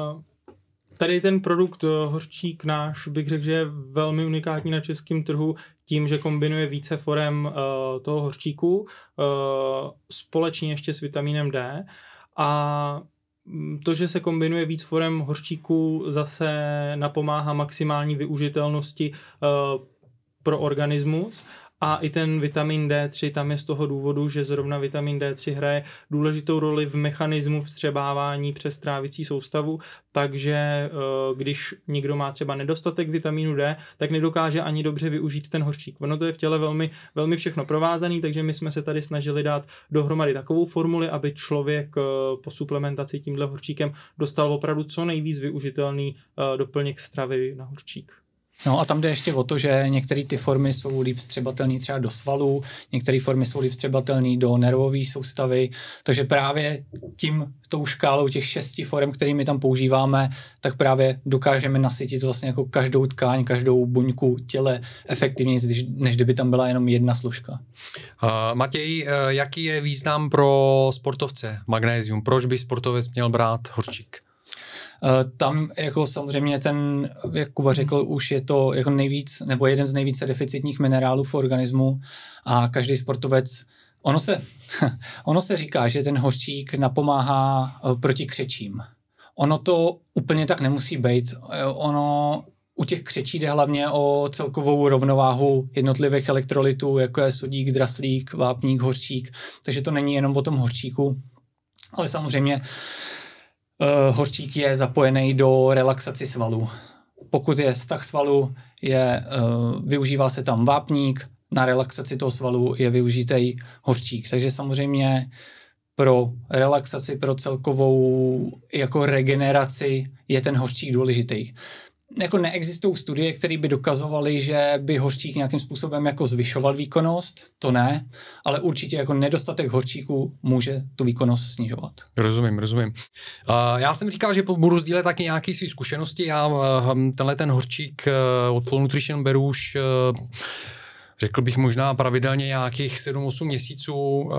tady ten produkt hořčík náš, bych řekl, že je velmi unikátní na českém trhu tím, že kombinuje více forem toho hořčíku společně ještě s vitamínem D a to, že se kombinuje víc forem hořčíku, zase napomáhá maximální využitelnosti pro organismus. A i ten vitamin D3 tam je z toho důvodu, že zrovna vitamin D3 hraje důležitou roli v mechanismu vstřebávání přes trávicí soustavu, takže když někdo má třeba nedostatek vitamínu D, tak nedokáže ani dobře využít ten hořčík. Ono to je v těle velmi, velmi všechno provázaný, takže my jsme se tady snažili dát dohromady takovou formuli, aby člověk po suplementaci tímhle hořčíkem dostal opravdu co nejvíc využitelný doplněk stravy na hořčík. No a tam jde ještě o to, že některé ty formy jsou líp vstřebatelné třeba do svalů, některé formy jsou líp vstřebatelné do nervové soustavy, takže právě tou škálou těch 6 forem, kterými tam používáme, tak právě dokážeme nasytit vlastně jako každou tkáň, každou buňku těle efektivněji, než kdyby tam byla jenom jedna složka. Matěj, jaký je význam pro sportovce magnézium? Proč by sportovec měl brát hořčík? Tam jako samozřejmě ten, jak Kuba řekl, už je to jako nejvíc, nebo jeden z nejvíce deficitních minerálů v organismu a každý sportovec, ono se říká, že ten hořčík napomáhá proti křečím. Ono to úplně tak nemusí být. Ono u těch křečí jde hlavně o celkovou rovnováhu jednotlivých elektrolytů, jako je sodík, draslík, vápník, hořčík, takže to není jenom o tom hořčíku, ale samozřejmě hořčík je zapojený do relaxaci svalů. Pokud je stah svalu, využívá se tam vápník, na relaxaci toho svalu je využitý hořčík. Takže samozřejmě pro relaxaci, pro celkovou jako regeneraci je ten hořčík důležitý. Jako neexistují studie, které by dokazovaly, že by hořčík nějakým způsobem jako zvyšoval výkonnost, to ne, ale určitě jako nedostatek hořčíku může tu výkonnost snižovat. Rozumím. Já jsem říkal, že budu sdílet taky nějaké své zkušenosti. Já tenhle ten hořčík od Flow Nutrition beru už řekl bych možná pravidelně nějakých 7-8 měsíců.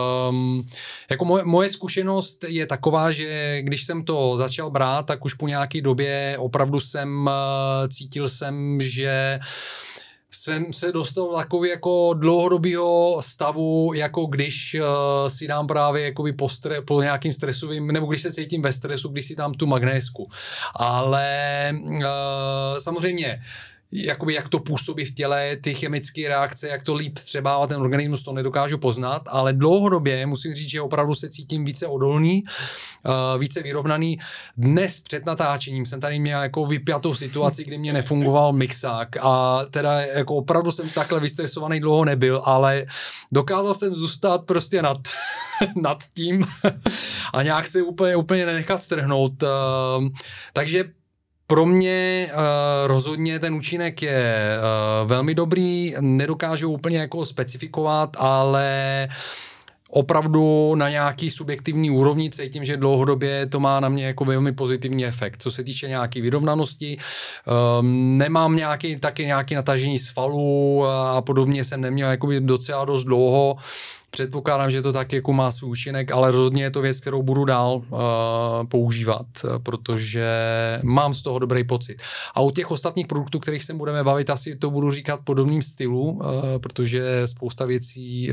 Jako moje zkušenost je taková, že když jsem to začal brát, tak už po nějaké době opravdu cítil jsem, že jsem se dostal do takového jako dlouhodobého stavu, jako když si dám právě jakoby po nějakým stresovým, nebo když se cítím ve stresu, když si dám tu magnésku. Ale samozřejmě jakoby jak to působí v těle, ty chemické reakce, jak to líp vstřebává ten organismus, to nedokážu poznat, ale dlouhodobě musím říct, že opravdu se cítím více odolný, více vyrovnaný. Dnes před natáčením jsem tady měl jako vypjatou situaci, kdy mě nefungoval mixák a teda jako opravdu jsem takhle vystresovaný dlouho nebyl, ale dokázal jsem zůstat prostě nad tím a nějak se úplně nenechat strhnout. Takže pro mě rozhodně ten účinek je velmi dobrý, nedokážu úplně jako specifikovat, ale opravdu na nějaký subjektivní úrovni cítím, že dlouhodobě to má na mě jako velmi pozitivní efekt. Co se týče nějaký vyrovnanosti, nemám nějaký natažení svalů a podobně jsem neměl jakoby docela dost dlouho. Předpokládám, že to tak jako má svůj účinek, ale rozhodně je to věc, kterou budu dál používat, protože mám z toho dobrý pocit. A u těch ostatních produktů, kterých se budeme bavit, asi to budu říkat podobným stylu, protože spousta věcí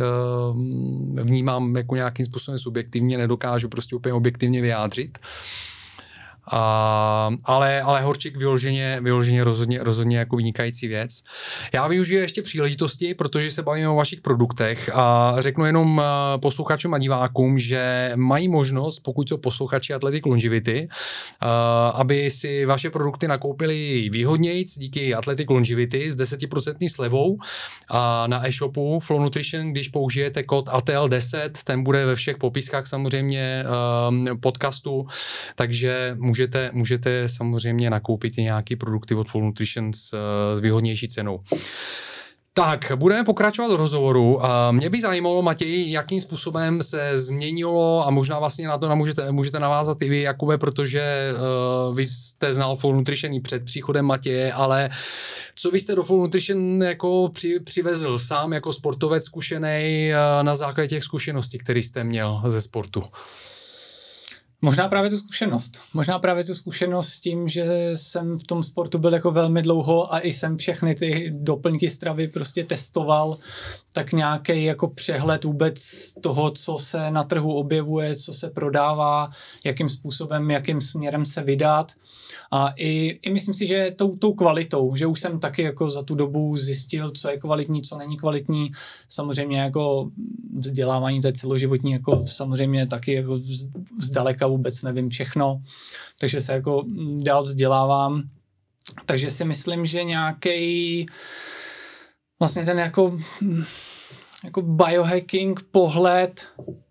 vnímám jako nějakým způsobem subjektivně, nedokážu prostě úplně objektivně vyjádřit. Ale hořčík vyloženě rozhodně jako vynikající věc. Já využiju ještě příležitosti, protože se bavíme o vašich produktech a řeknu jenom posluchačům a divákům, že mají možnost, pokud jsou posluchači Athletic Longevity, aby si vaše produkty nakoupili výhodnějc díky Athletic Longevity s 10% slevou na e-shopu Flow Nutrition, když použijete kód ATL10, ten bude ve všech popiskách samozřejmě podcastu, takže můžete samozřejmě nakoupit i nějaké produkty od Flow Nutrition s výhodnější cenou. Tak, budeme pokračovat v rozhovoru. Mě by zajímalo, Matěj, jakým způsobem se změnilo a možná vlastně na to můžete navázat i vy, Jakube, protože vy jste znal Flow Nutrition i před příchodem Matěje, ale co vy jste do Flow Nutrition jako přivezl sám jako sportovec zkušený na základě těch zkušeností, které jste měl ze sportu? Možná právě tu zkušenost s tím, že jsem v tom sportu byl jako velmi dlouho a i jsem všechny ty doplňky stravy prostě testoval, tak nějaký jako přehled vůbec toho, co se na trhu objevuje, co se prodává, jakým způsobem, jakým směrem se vydat. A i myslím si, že tou kvalitou, že už jsem taky jako za tu dobu zjistil, co je kvalitní, co není kvalitní. Samozřejmě jako vzdělávání, to je celoživotní, jako samozřejmě taky jako zdaleka vůbec nevím všechno, takže se jako dál vzdělávám. Takže si myslím, že nějaký vlastně ten jako biohacking pohled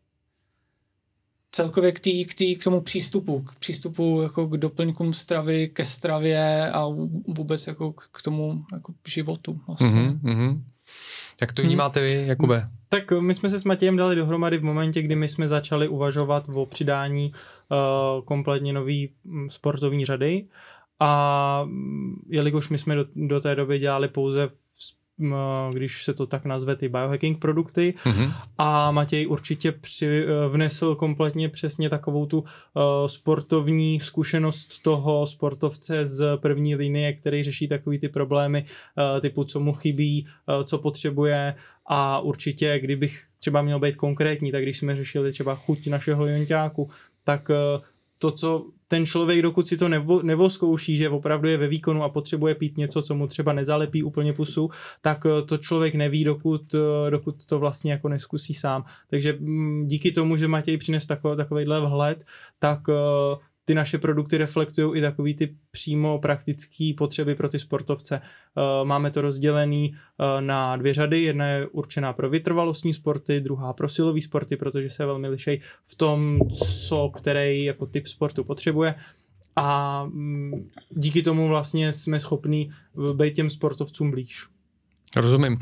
celkově k tomu přístupu jako k doplňkům stravy, ke stravě a vůbec jako k tomu jako životu. Vlastně. Mm-hmm. Jak to vnímáte vy, Jakube? Tak my jsme se s Matějem dali dohromady v momentě, kdy my jsme začali uvažovat o přidání kompletně nový sportovní řady a jelikož my jsme do té doby dělali pouze když se to tak nazve, ty biohacking produkty a Matěj určitě vnesl kompletně přesně takovou tu sportovní zkušenost toho sportovce z první linie, který řeší takový ty problémy typu co mu chybí, co potřebuje a určitě, kdybych třeba měl být konkrétní, tak když jsme řešili třeba chuť našeho jonťáku, tak to, co ten člověk, dokud si to nevozkouší, že opravdu je ve výkonu a potřebuje pít něco, co mu třeba nezalepí úplně pusu, tak to člověk neví, dokud to vlastně jako neskusí sám. Takže díky tomu, že Matěj přines takovejhle vhled, tak ty naše produkty reflektují i takový ty přímo praktické potřeby pro ty sportovce. Máme to rozdělený na 2 řady. Jedna je určená pro vytrvalostní sporty, druhá pro silové sporty, protože se velmi liší v tom, co který jako typ sportu potřebuje. A díky tomu vlastně jsme schopní být těm sportovcům blíž. Rozumím.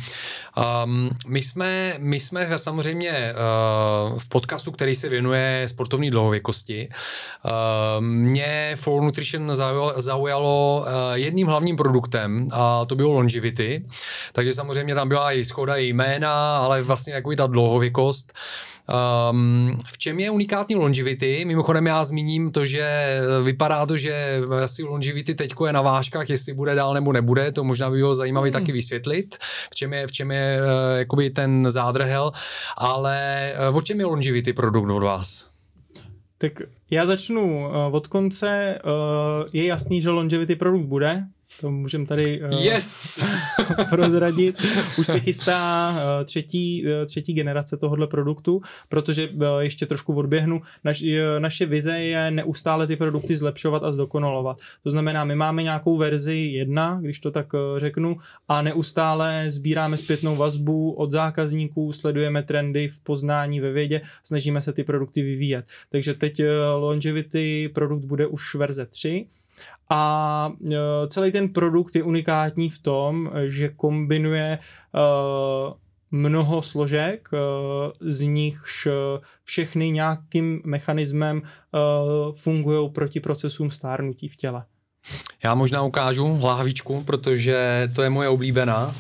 My jsme samozřejmě v podcastu, který se věnuje sportovní dlouhověkosti. Mě Flow Nutrition zaujalo jedním hlavním produktem a to bylo longevity. Takže samozřejmě tam byla i shoda i jména, ale vlastně jako i ta dlouhověkost. V čem je unikátní longevity? Mimochodem já zmíním to, že vypadá to, že asi longevity teďko je na vážkách, jestli bude dál nebo nebude, to možná by bylo zajímavé taky vysvětlit, v čem je jakoby ten zádrhel, ale o čem je longevity produkt od vás? Tak já začnu od konce. Je jasný, že longevity produkt bude. To můžeme tady prozradit. Už se chystá třetí generace tohohle produktu, protože ještě trošku odběhnu. Naše vize je neustále ty produkty zlepšovat a zdokonalovat. To znamená, my máme nějakou verzi 1, když to tak řeknu, a neustále sbíráme zpětnou vazbu od zákazníků, sledujeme trendy v poznání, ve vědě, snažíme se ty produkty vyvíjet. Takže teď longevity produkt bude už verze 3. A celý ten produkt je unikátní v tom, že kombinuje mnoho složek, z nichž všechny nějakým mechanismem fungují proti procesům stárnutí v těle. Já možná ukážu lahvičku, protože to je moje oblíbená.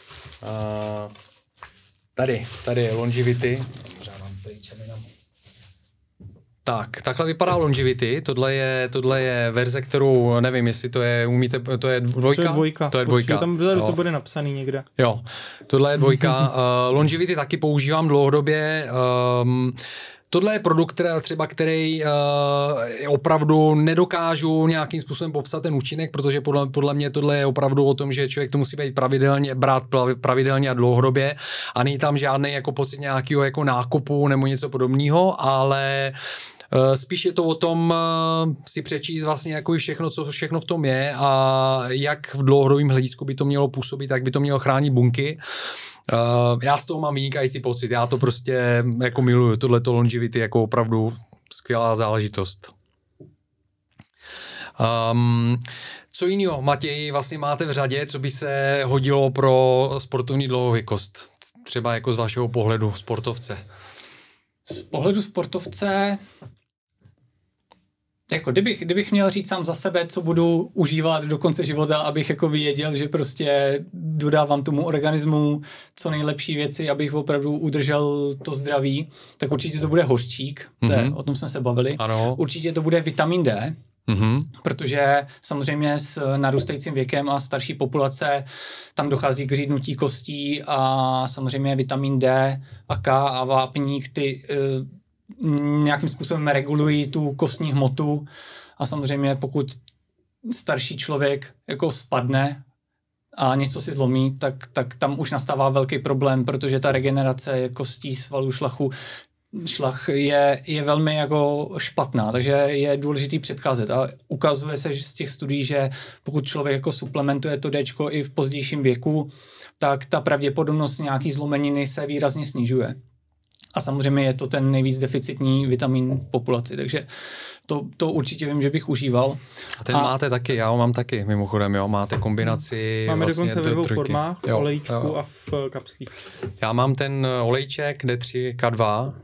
Tady je longevity. Tak, takhle vypadá longevity, tohle je verze, kterou nevím, jestli to je, umíte, to je dvojka? To je dvojka. Tam vzadu to bude napsaný někde. Jo, tohle je dvojka. Longevity taky používám dlouhodobě. Tohle je produkt, který opravdu nedokážu nějakým způsobem popsat ten účinek, protože podle mě tohle je opravdu o tom, že člověk to musí být brát pravidelně a dlouhodobě a není tam žádný jako pocit nějakého jako nákupu nebo něco podobného, ale spíš je to o tom si přečíst vlastně jako všechno, co všechno v tom je a jak v dlouhodobém hledisku by to mělo působit, jak by to mělo chránit buňky. Já z toho mám vynikající pocit, já to prostě jako miluju, tohleto longevity jako opravdu skvělá záležitost. Co jiného, Matěj, vlastně máte v řadě, co by se hodilo pro sportovní dlouhověkost? Třeba jako z vašeho pohledu sportovce. Z pohledu sportovce, jako kdybych měl říct sám za sebe, co budu užívat do konce života, abych jako věděl, že prostě dodávám tomu organismu co nejlepší věci, abych opravdu udržel to zdraví, tak určitě to bude hořčík, o tom jsme se bavili. Ano. Určitě to bude vitamin D, protože samozřejmě s narůstajícím věkem a starší populace tam dochází k řídnutí kostí a samozřejmě vitamin D a K a vápník ty nějakým způsobem regulují tu kostní hmotu a samozřejmě pokud starší člověk jako spadne a něco si zlomí, tak tam už nastává velký problém, protože ta regenerace kostí, svalů, šlach je velmi jako špatná, takže je důležitý předcházet a ukazuje se že z těch studií, že pokud člověk jako suplementuje to Dčko i v pozdějším věku, tak ta pravděpodobnost nějaký zlomeniny se výrazně snižuje. A samozřejmě je to ten nejvíc deficitní vitamin populaci, takže to určitě vím, že bych užíval. A ten máte taky, já ho mám taky mimochodem, jo, máte kombinaci. Máme vlastně dokonce ve dvou formách, jo, olejčku jo. a v kapslích. Já mám ten olejček D3 K2,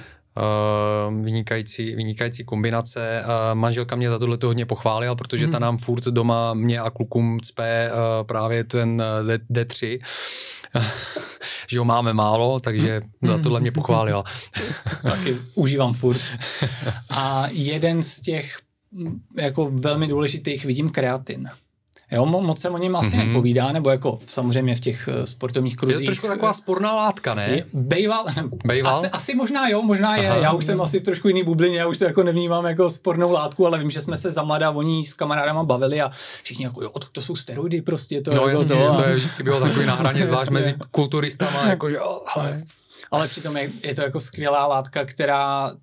vynikající kombinace. Manželka mě za tohleto hodně pochválila, protože ta nám furt doma mě a klukům cpe právě ten D3. Že ho máme málo, takže za tohle mě pochválila. Taky užívám furt. A jeden z těch jako velmi důležitých vidím kreatin. Jo, moc se o něm asi nepovídá, nebo jako samozřejmě v těch sportovních kruzích. Je to trošku taková sporná látka, ne? Bejval? Asi možná jo, možná je. Aha. Já už jsem asi v trošku jiný bublině, já už to jako nevnímám jako spornou látku, ale vím, že jsme se za mladá o ní s kamarádama bavili a všichni jako, jo, to jsou steroidy prostě. To no je jasně, to je vždycky bylo takový na hraně, zvlášť mezi kulturistama, jako, že ale přitom je to jako skvělá látka, která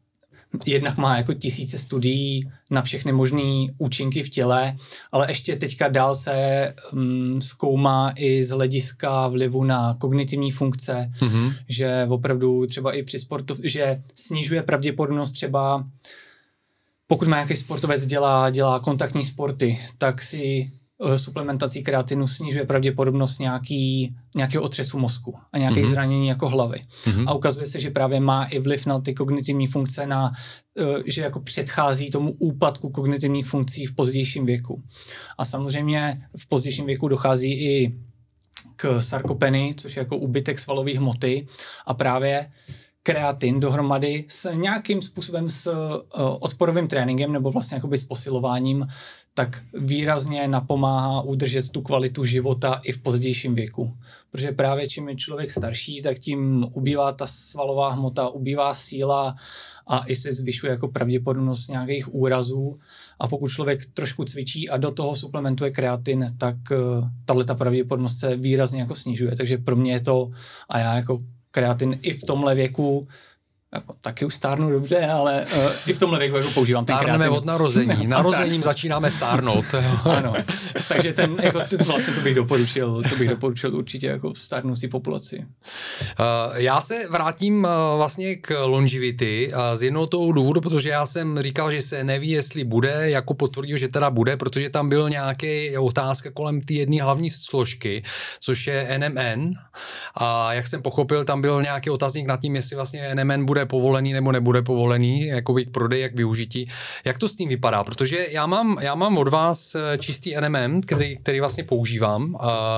jednak má jako tisíce studií na všechny možné účinky v těle, ale ještě teďka dál se zkoumá i z hlediska vlivu na kognitivní funkce, že opravdu třeba i při sportu, že snižuje pravděpodobnost třeba, pokud má nějaký sportovec dělá kontaktní sporty, tak si suplementací kreatinu snižuje pravděpodobnost nějakého otřesu mozku a nějaké zranění jako hlavy. A ukazuje se, že právě má i vliv na ty kognitivní funkce, že jako předchází tomu úpadku kognitivních funkcí v pozdějším věku. A samozřejmě v pozdějším věku dochází i k sarkopeny, což je jako úbytek svalové hmoty, a právě kreatin dohromady s nějakým způsobem s odporovým tréninkem nebo vlastně jakoby s posilováním, tak výrazně napomáhá udržet tu kvalitu života i v pozdějším věku. Protože právě čím je člověk starší, tak tím ubývá ta svalová hmota, ubývá síla a i se zvyšuje jako pravděpodobnost nějakých úrazů. A pokud člověk trošku cvičí a do toho suplementuje kreatin, tak tato pravděpodobnost se výrazně jako snižuje. Takže pro mě je to, a já jako kreatin i v tomhle věku, jako, taky už stárnu dobře, ale i v tomhle věku jako používám ten kreatin. Stárneme od narození. Narozením začínáme stárnout. Ano, takže vlastně to bych doporučil určitě jako stárnoucí populaci. Já se vrátím vlastně k longevity z jednoho toho důvodu, protože já jsem říkal, že se neví, jestli bude, jako potvrdil, že teda bude, protože tam byl nějaký otázka kolem té jedné hlavní složky, což je NMN, a jak jsem pochopil, tam byl nějaký otazník nad tím, jestli vlastně NMN bude povolený nebo nebude povolený, jakoby k prodeji, jak využití. Jak to s tím vypadá? Protože já mám od vás čistý NMN, který vlastně používám.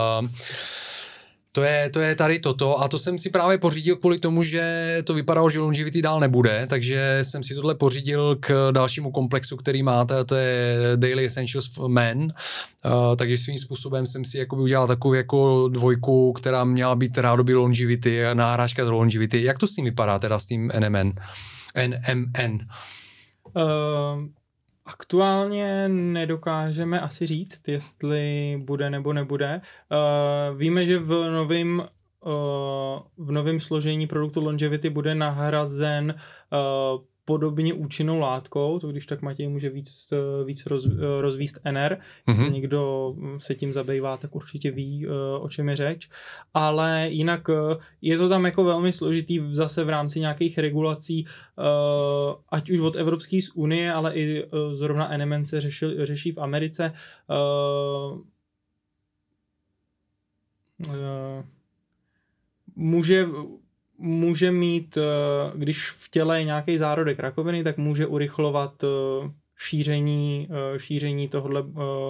To je tady toto, a to jsem si právě pořídil kvůli tomu, že to vypadalo, že longevity dál nebude, takže jsem si tohle pořídil k dalšímu komplexu, který máte, a to je Daily Essentials for Men, takže svým způsobem jsem si jakoby udělal takovou jako dvojku, která měla být rádoby longevity, náhražka z longevity. Jak to s tím vypadá teda s tím NMN? Aktuálně nedokážeme asi říct, jestli bude nebo nebude. Víme, že v novém složení produktu Longevity bude nahrazen podobně účinnou látkou, to když tak Matěj může víc rozvíst NR, jestli někdo se tím zabývá, tak určitě ví, o čem je řeč, ale jinak je to tam jako velmi složitý zase v rámci nějakých regulací, ať už od Evropské unie, ale i zrovna NMN se řeší v Americe. Může mít, když v těle je nějaký zárodek rakoviny, tak může urychlovat šíření tohohle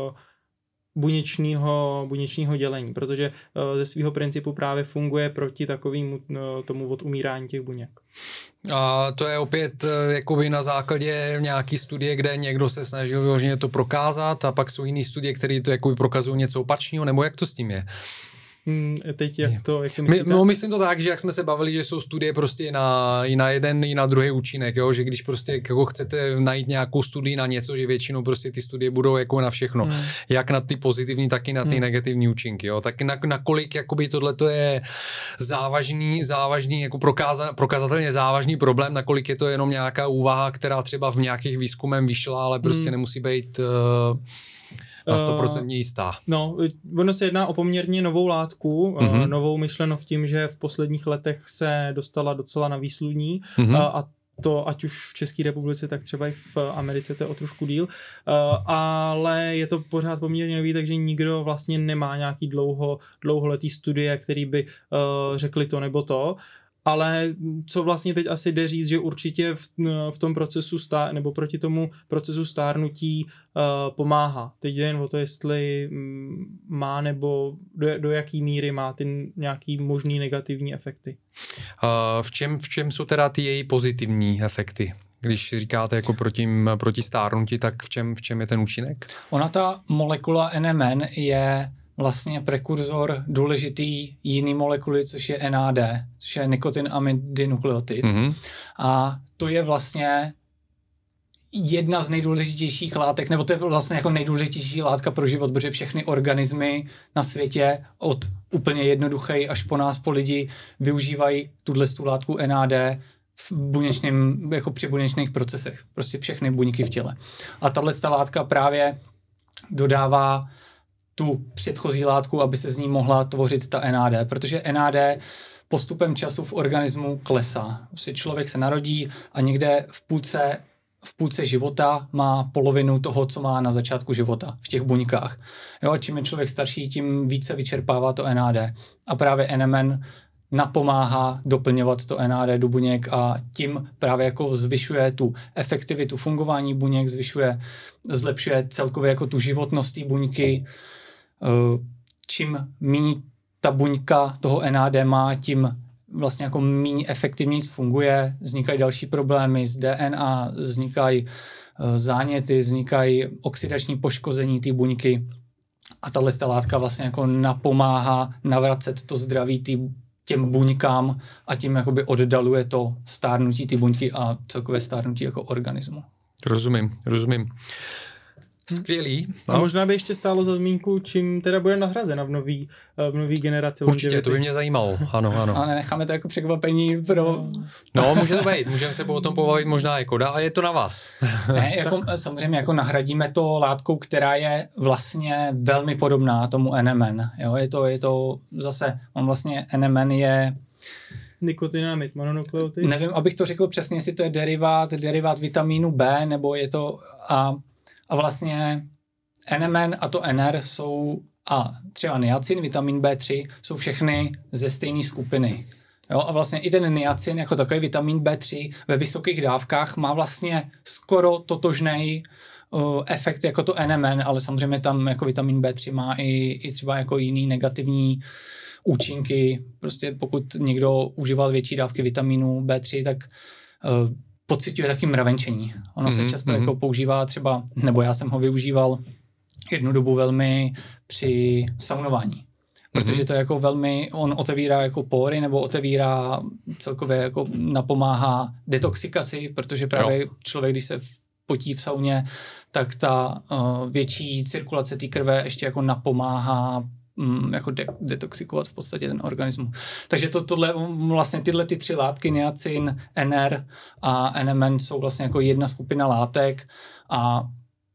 buněčního dělení, protože ze svého principu právě funguje proti takovému tomu odumírání těch buněk. A to je opět jakoby na základě nějaký studie, kde někdo se snažil vyloženě to prokázat, a pak jsou jiný studie, které to jakoby prokazují něco opačného, nebo jak to s tím je? Teď jak to myslíte? Myslím to tak, že jak jsme se bavili, že jsou studie prostě i na jeden, i na druhý účinek, jo? Že když prostě jako chcete najít nějakou studii na něco, že většinou prostě ty studie budou jako na všechno. Jak na ty pozitivní, tak i na ty negativní účinky. Jo? Tak nakolik jakoby tohleto je závažný jako prokazatelně závažný problém, nakolik je to jenom nějaká úvaha, která třeba v nějakých výzkumem vyšla, ale prostě nemusí být na 100% jistá. No, ono se jedná o poměrně novou látku, novou myšleno v tím, že v posledních letech se dostala docela na výsluní, a to ať už v České republice, tak třeba i v Americe, to je o trošku díl, ale je to pořád poměrně nový, takže nikdo vlastně nemá nějaký dlouholetý studie, který by řekli to nebo to. Ale co vlastně teď asi jde říct, že určitě v tom procesu nebo proti tomu procesu stárnutí pomáhá. Teď jde jen o to, jestli má nebo do jaký míry má ty nějaký možný negativní efekty. V čem jsou teda ty její pozitivní efekty? Když říkáte jako proti stárnutí, tak v čem je ten účinek? Ona ta molekula NMN je vlastně prekurzor důležitý jiný molekuly, což je NAD, což je nikotinamidinukleotid. A to je vlastně jedna z nejdůležitějších látek, nebo to je vlastně jako nejdůležitější látka pro život, protože všechny organismy na světě, od úplně jednoduchej až po nás, po lidi, využívají tuhle látku NAD jako při buněčných procesech. Prostě všechny buňky v těle. A tato látka právě dodává tu předchozí látku, aby se z ní mohla tvořit ta NAD, protože NAD postupem času v organismu klesá. Prostě člověk se narodí a někde v půlce života má polovinu toho, co má na začátku života v těch buňkách. Jo, a čím je člověk starší, tím více vyčerpává to NAD. A právě NMN napomáhá doplňovat to NAD do buněk a tím právě jako zvyšuje tu efektivitu fungování buněk, zlepšuje celkově jako tu životnost té buňky. Čím méně ta buňka toho NAD má, tím vlastně jako méně efektivně funguje, vznikají další problémy s DNA, vznikají záněty, vznikají oxidační poškození té buňky a tato látka vlastně jako napomáhá navracet to zdraví těm buňkám a tím jakoby oddaluje to stárnutí té buňky a celkové stárnutí jako organismu. Rozumím. Skvělý. A možná by ještě stálo za zmínku, čím teda bude nahrazena v nový generaci. Určitě, to by mě zajímalo. Ano. Ale necháme to jako překvapení pro... No, může to být. Můžeme se o tom pobavit možná jako a je to na vás. Ne, jako, samozřejmě jako nahradíme to látkou, která je vlastně velmi podobná tomu NMN. Jo, je to zase, on vlastně NMN je... Nikotinamid, mononukleotid. Nevím, abych to řekl přesně, jestli to je derivát vitamínu B, nebo je to... A vlastně NMN a to NR jsou, a třeba niacin, vitamin B3, jsou všechny ze stejné skupiny. Jo? A vlastně i ten niacin, jako takový vitamin B3 ve vysokých dávkách má vlastně skoro totožný efekt jako to NMN, ale samozřejmě tam jako vitamin B3 má i třeba jako jiný negativní účinky. Prostě pokud někdo užíval větší dávky vitamínu B3, tak pociťuje taky mravenčení. Ono se často jako používá třeba, nebo já jsem ho využíval jednu dobu velmi při saunování. Protože to jako velmi, on otevírá jako pory, nebo otevírá celkově jako napomáhá detoxikaci, protože právě člověk, když se potí v sauně, tak ta větší cirkulace té krve ještě jako napomáhá jako detoxikovat v podstatě ten organismus. Takže vlastně tyhle ty 3 látky, niacin, NR a NMN jsou vlastně jako jedna skupina látek a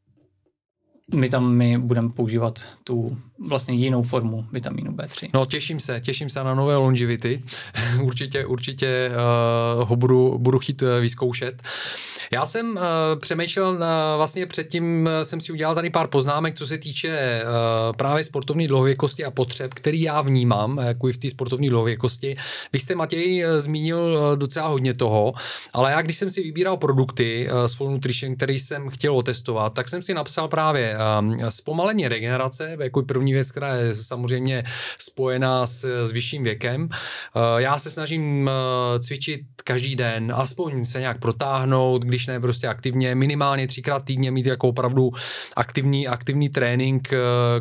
my budeme používat tu vlastně jinou formu vitamínu B3. No, těším se na nové longevity. určitě ho budu chtít vyzkoušet. Já jsem přemýšlel, vlastně předtím jsem si udělal tady pár poznámek, co se týče právě sportovní dlouhověkosti a potřeb, který já vnímám, jako i v té sportovní dlouhověkosti. Vy jste, Matěj, zmínil docela hodně toho, ale já, když jsem si vybíral produkty z Flow Nutrition, který jsem chtěl otestovat, tak jsem si napsal právě zpomalení regenerace, jako první věc, která je samozřejmě spojená s vyšším věkem. Já se snažím cvičit každý den, aspoň se nějak protáhnout, když ne prostě aktivně, minimálně 3x týdně mít jako opravdu aktivní trénink,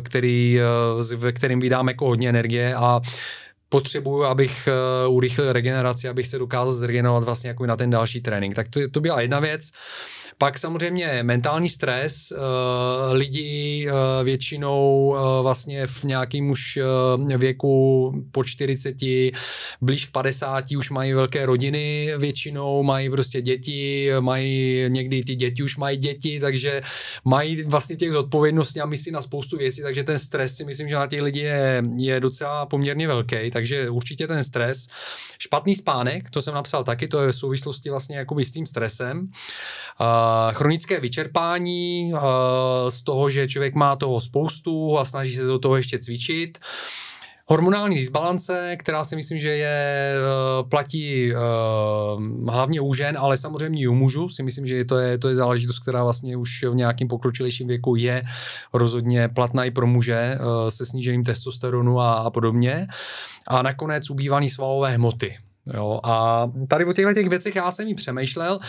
ve kterým vydám jako hodně energie a potřebuju, abych urychlil regeneraci, abych se dokázal zregenerovat vlastně jako na ten další trénink. Tak to byla jedna věc. Pak samozřejmě mentální stres, lidi většinou vlastně v nějakým už věku po 40, blíž k 50 už mají velké rodiny, většinou mají prostě děti, mají někdy ty děti už mají děti, takže mají vlastně těch zodpovědností a myslí na spoustu věcí, takže ten stres si myslím, že na těch lidí je docela poměrně velký, takže určitě ten stres. Špatný spánek, to jsem napsal taky, to je v souvislosti vlastně jakoby s tím stresem. Chronické vyčerpání z toho, že člověk má toho spoustu a snaží se do toho ještě cvičit. Hormonální disbalance, která si myslím, že platí hlavně u žen, ale samozřejmě i u mužů. Si myslím, že to je záležitost, která vlastně už v nějakým pokročilejším věku je rozhodně platná i pro muže se snížením testosteronu a podobně. A nakonec ubývání svalové hmoty. Jo? A tady o těchto věcech já jsem i přemýšlel.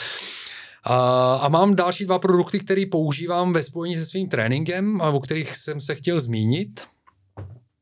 A mám další 2 produkty, které používám ve spojení se svým tréninkem a o kterých jsem se chtěl zmínit.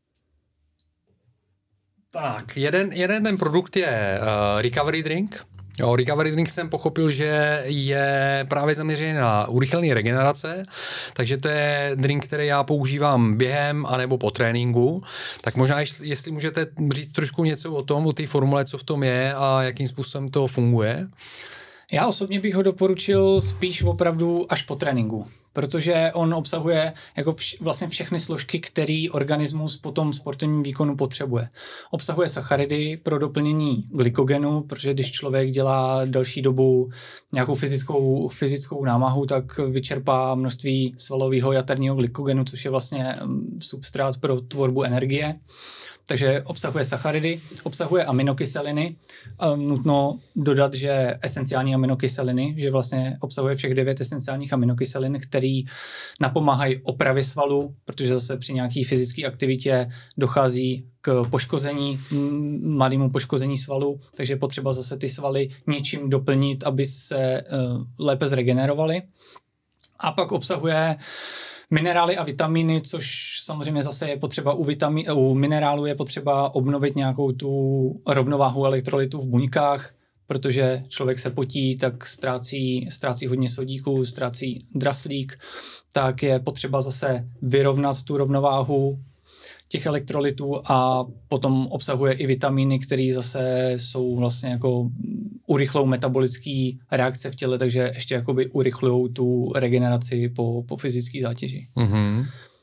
Tak, jeden ten produkt je Recovery Drink. Jo, recovery drink jsem pochopil, že je právě zaměřený na urychlení regenerace, takže to je drink, který já používám během anebo po tréninku. Tak možná, jestli můžete říct trošku něco o tom, o té formule, co v tom je a jakým způsobem to funguje. Já osobně bych ho doporučil spíš opravdu až po tréninku, protože on obsahuje jako vlastně všechny složky, které organismus po tom sportovním výkonu potřebuje. Obsahuje sacharidy pro doplnění glykogenu, protože když člověk dělá další dobu nějakou fyzickou námahu, tak vyčerpá množství svalového jaterního glykogenu, což je vlastně substrát pro tvorbu energie. Takže obsahuje sacharidy, obsahuje aminokyseliny. Nutno dodat, že esenciální aminokyseliny, že vlastně obsahuje všech 9 esenciálních aminokyselin, které napomáhají opravě svalu, protože zase při nějaké fyzické aktivitě dochází k poškození, malému poškození svalu, takže je potřeba zase ty svaly něčím doplnit, aby se lépe zregenerovaly. A pak obsahuje minerály a vitamíny, což samozřejmě zase je potřeba u minerálu je potřeba obnovit nějakou tu rovnováhu elektrolytů v buňkách, protože člověk se potí, tak ztrácí hodně sodíku, ztrácí draslík, tak je potřeba zase vyrovnat tu rovnováhu těch elektrolytů a potom obsahuje i vitamíny, které zase jsou vlastně jako urychlou metabolický reakce v těle, takže ještě jakoby urychlujou tu regeneraci po fyzické zátěži. Mm-hmm.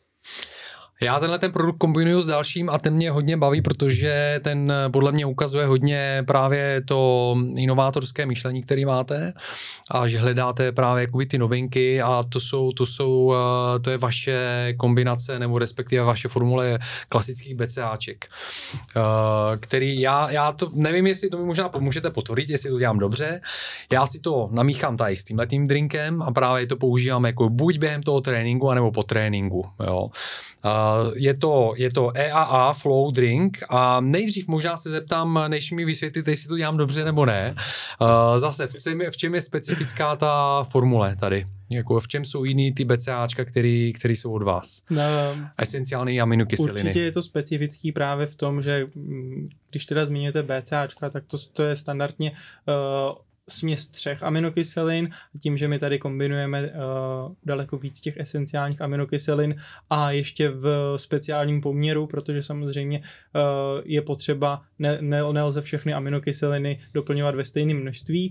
Já tenhle ten produkt kombinuju s dalším a ten mě hodně baví, protože ten podle mě ukazuje hodně právě to inovátorské myšlení, který máte a že hledáte právě jakoby ty novinky a to je vaše kombinace nebo respektive vaše formule klasických BCAček, který já to nevím, jestli to mi možná můžete potvrdit, jestli to dělám dobře. Já si to namíchám tady s tímhletím drinkem a právě to používám jako buď během toho tréninku, anebo po tréninku, jo. Je to EAA Flow Drink a nejdřív možná se zeptám, než mi vysvětlíte, jestli to dělám dobře nebo ne. Zase, v čem je specifická ta formule tady? Jako v čem jsou jiný ty BCAčka, který jsou od vás? Esenciální aminokyseliny. Určitě je to specifický právě v tom, že když teda zmíníte BCAčka, tak to je standardně směs 3 aminokyselin, tím, že my tady kombinujeme daleko víc těch esenciálních aminokyselin a ještě v speciálním poměru, protože samozřejmě je potřeba, nelze všechny aminokyseliny doplňovat ve stejném množství,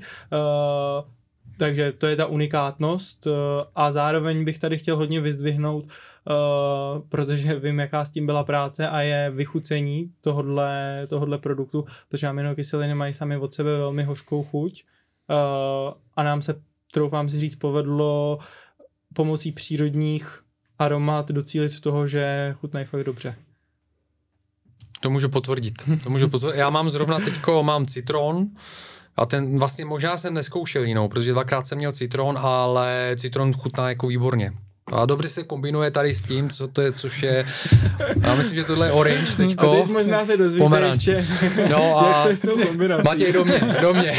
takže to je ta unikátnost a zároveň bych tady chtěl hodně vyzdvihnout, protože vím, jaká s tím byla práce a je vychucení tohodle produktu, protože aminokyseliny mají sami od sebe velmi hořkou chuť a nám se, troufám si říct, povedlo pomocí přírodních aromat docílit toho, že chutnají fakt dobře. To můžu potvrdit. Já mám zrovna mám citron a ten vlastně možná jsem nezkoušel jinou, protože 2krát jsem měl citron, ale citron chutná jako výborně. A dobře se kombinuje tady s tím, co to je, což je, já myslím, že tohle je orange teďko. A teď možná se dozvíte ještě, no a jak to jsou kombinace. Matěj, do mě.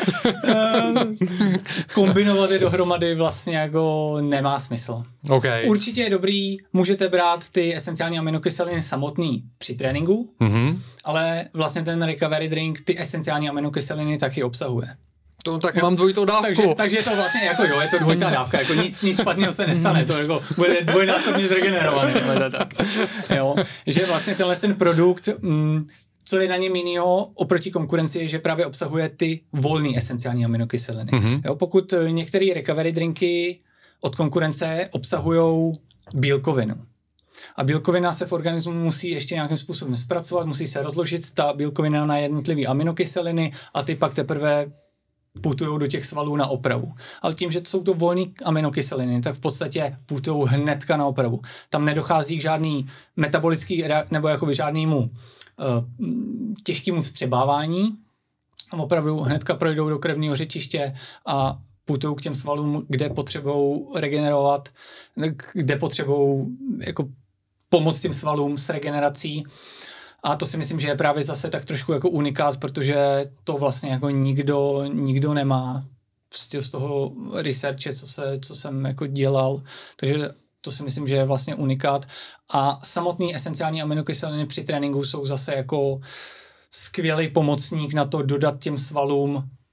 Kombinovat je dohromady vlastně jako nemá smysl. Okay. Určitě je dobrý, můžete brát ty esenciální aminokyseliny samotný při tréninku, ale vlastně ten recovery drink ty esenciální aminokyseliny taky obsahuje. To tak mám dvojitou dávku. Takže je to vlastně jako je to dvojitá dávka, jako nic špatného se nestane, to jako bude dvojnásobně zregenerovaný, tak. Jo, že vlastně ten produkt, co je na něm jinýho oproti konkurenci, je, že právě obsahuje ty volné esenciální aminokyseliny. Jo, pokud některé recovery drinky od konkurence obsahujou bílkovinu. A bílkovina se v organismu musí ještě nějakým způsobem zpracovat, musí se rozložit ta bílkovina na jednotlivé aminokyseliny a ty pak teprve putují do těch svalů na opravu. Ale tím, že jsou to volné aminokyseliny, tak v podstatě putují hnedka na opravu. Tam nedochází k žádný metabolický nebo jakoby žádnému těžkému vstřebávání. Opravdu hnedka projdou do krevního řečiště a putují k těm svalům, kde potřebují regenerovat, kde potřebují jako pomoct těm svalům s regenerací. A to si myslím, že je právě zase tak trošku jako unikát, protože to vlastně jako nikdo nemá prostě z toho researche, co jsem jako dělal. Takže to si myslím, že je vlastně unikát. A samotný esenciální aminokyseliny při tréninku jsou zase jako skvělý pomocník na to dodat těm svalům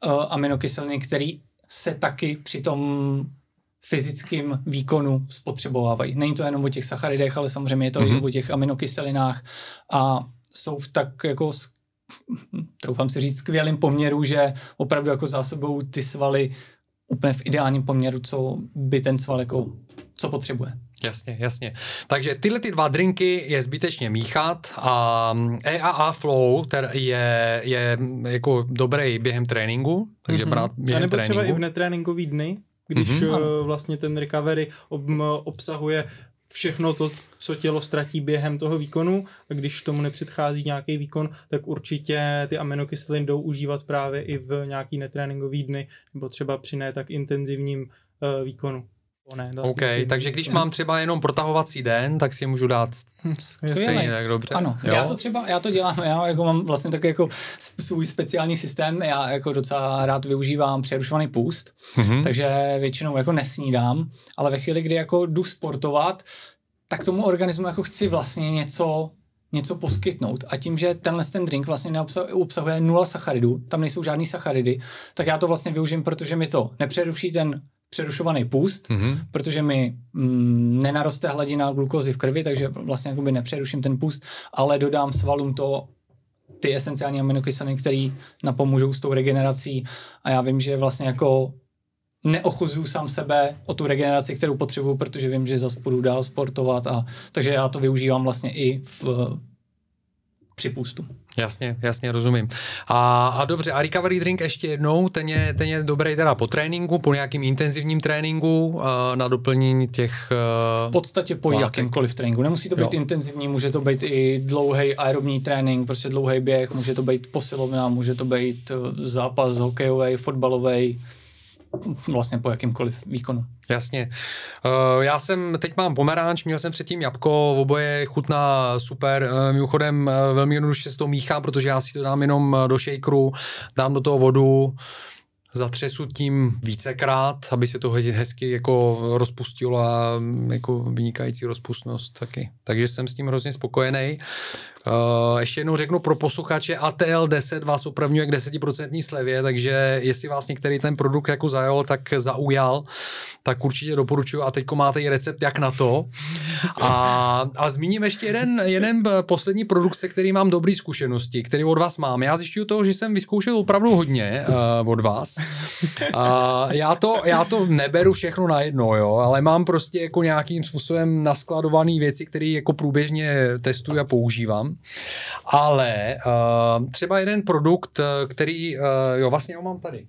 aminokyseliny, které se taky při tom fyzickým výkonu spotřebovávají. Není to jenom o těch sacharidech, ale samozřejmě je to i o těch aminokyselinách a jsou v tak jako troufám si říct skvělým poměru, že opravdu jako zásobou ty svaly úplně v ideálním poměru, co by ten sval jako co potřebuje. Jasně. Takže tyhle ty dva drinky je zbytečně míchat a EAA Flow je jako dobrý během tréninku, takže brát během tréninku. A nebo třeba i v netréninkový dny, když vlastně ten recovery obsahuje všechno to, co tělo ztratí během toho výkonu, a když tomu nepředchází nějaký výkon, tak určitě ty aminokyseliny jdou užívat právě i v nějaký netréninkový dny, nebo třeba při ne tak intenzivním výkonu. OK, takže když mám třeba jenom protahovací den, tak si je můžu dát stejně tak dobře. Ano, já to dělám, já jako mám vlastně takový jako svůj speciální systém, já jako docela rád využívám přerušovaný půst, takže většinou jako nesnídám, ale ve chvíli, kdy jako jdu sportovat, tak tomu organismu jako chci vlastně něco poskytnout. A tím, že ten drink vlastně neobsahuje 0 sacharidů, tam nejsou žádný sacharidy, tak já to vlastně využím, protože mi to nepřeruší ten přerušovaný půst, protože mi nenaroste hladina glukózy v krvi, takže vlastně jakoby nepřeruším ten půst, ale dodám svalům ty esenciální aminokyseliny, které napomůžou s tou regenerací a já vím, že vlastně jako neochuzuju sám sebe o tu regeneraci, kterou potřebuju, protože vím, že zase budu dál sportovat takže já to využívám vlastně i při půstu. Jasně, rozumím. A dobře, a recovery drink ještě jednou, ten je dobrý teda po tréninku, po nějakým intenzivním tréninku, na doplnění těch v podstatě po jakýmkoliv tréninku. Nemusí to být intenzivní, může to být i dlouhý aerobní trénink, prostě dlouhý běh, může to být posilovna, může to být zápas hokejový, fotbalový, vlastně po jakýmkoliv výkonu. Jasně. Teď mám pomeranč, měl jsem předtím jabko, oboje chutná super. Mimochodem velmi jednoduše se to míchá, protože já si to dám jenom do shakeru, dám do toho vodu, zatřesu tím vícekrát, aby se to hezky jako rozpustilo a jako vynikající rozpustnost taky. Takže jsem s tím hrozně spokojený. Ještě jednou řeknu pro posluchače, ATL 10 vás opravňuje k 10% slevě, takže jestli vás některý ten produkt jako zaujal, tak určitě doporučuji a teďko máte i recept jak na to. A zmíním ještě jeden poslední produkt, se kterým mám dobrý zkušenosti, který od vás mám. Já zjišťuju toho, že jsem vyzkoušel opravdu hodně od vás. Já to neberu všechno najednou, jo, ale mám prostě jako nějakým způsobem naskladované věci, které jako průběžně testuji a používám. Ale třeba jeden produkt, který, vlastně ho mám tady.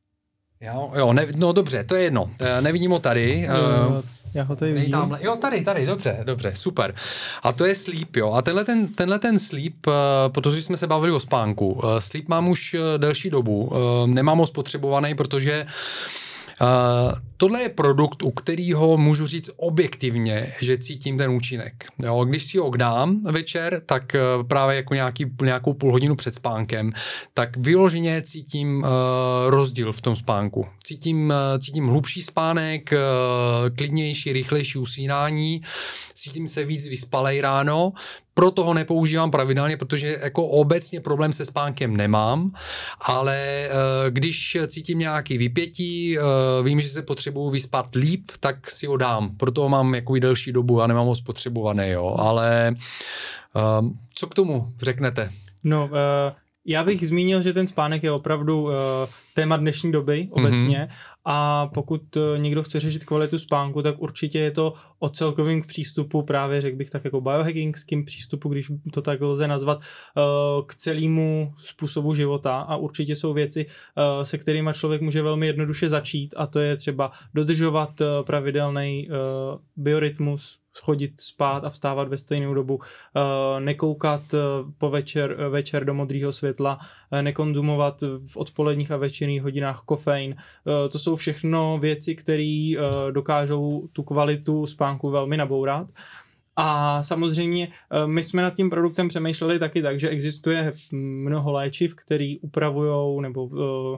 No dobře, to je jedno. Nevidím ho tady. Já ho tady vidím. Tady, dobře, super. A to je Sleep, jo. A tenhle ten Sleep, protože jsme se bavili o spánku. Sleep mám už delší dobu. Nemám ho spotřebovaný, protože tohle je produkt, u kterého můžu říct objektivně, že cítím ten účinek. Jo, když si ho dám večer, tak právě jako nějakou půl hodinu před spánkem, tak vyloženě cítím rozdíl v tom spánku. Cítím hlubší spánek, klidnější, rychlejší usínání, cítím se víc vyspalej ráno, proto ho nepoužívám pravidelně, protože jako obecně problém se spánkem nemám, ale když cítím nějaký vypětí, vím, že se potřebuji vyspat líp, tak si ho dám. Proto ho mám jako delší dobu a nemám ho spotřebovaný, jo. Ale co k tomu řeknete? No, já bych zmínil, že ten spánek je opravdu téma dnešní doby obecně a pokud někdo chce řešit kvalitu spánku, tak určitě je to o celkovém přístupu, právě řekl bych tak jako biohackingským přístupu, když to tak lze nazvat, k celému způsobu života a určitě jsou věci, se kterými člověk může velmi jednoduše začít a to je třeba dodržovat pravidelný biorytmus, chodit spát a vstávat ve stejnou dobu, nekoukat večer do modrého světla, nekonzumovat v odpoledních a večerních hodinách kofein. To jsou všechno věci, které dokážou tu kvalitu spánku velmi nabourat. A samozřejmě my jsme nad tím produktem přemýšleli taky tak, že existuje mnoho léčiv, který upravujou nebo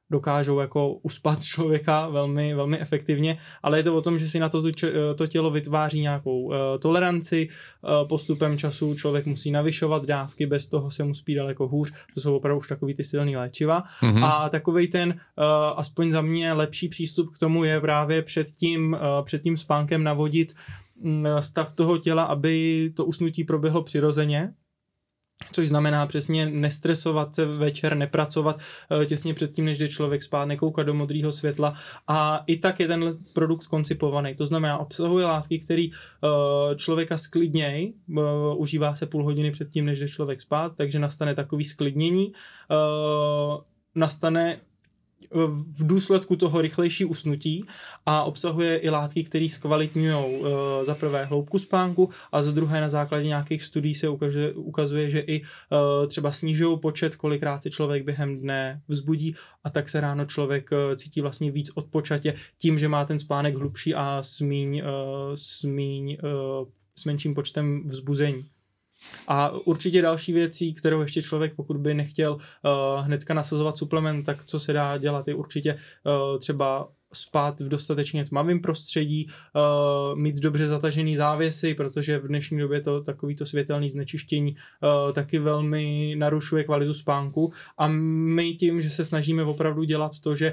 dokážou jako uspat člověka velmi, velmi efektivně, ale je to o tom, že si na to tělo vytváří nějakou toleranci, postupem času člověk musí navyšovat dávky, bez toho se mu spí daleko hůř, to jsou opravdu už takový ty silný léčiva a takovej ten, aspoň za mě lepší přístup k tomu je právě před tím spánkem navodit stav toho těla, aby to usnutí proběhlo přirozeně, což znamená přesně nestresovat se večer, nepracovat těsně předtím, než jde člověk spát, nekoukat do modrého světla a i tak je ten produkt koncipovaný. To znamená, obsahuje látky, které člověka sklidnějí, užívá se půl hodiny předtím, než jde člověk spát, takže nastane takový sklidnění, nastane v důsledku toho rychlejší usnutí a obsahuje i látky, které zkvalitňují za prvé hloubku spánku a za druhé na základě nějakých studií se ukazuje, že i třeba snižují počet, kolikrát se člověk během dne vzbudí a tak se ráno člověk cítí vlastně víc odpočatě tím, že má ten spánek hlubší a s menším počtem vzbuzení. A určitě další věcí, kterou ještě člověk, pokud by nechtěl hnedka nasazovat suplement, tak co se dá dělat, je určitě třeba spát v dostatečně tmavém prostředí, mít dobře zatažený závěsy, protože v dnešní době to takovýto světelné znečištění taky velmi narušuje kvalitu spánku a my tím, že se snažíme opravdu dělat to, že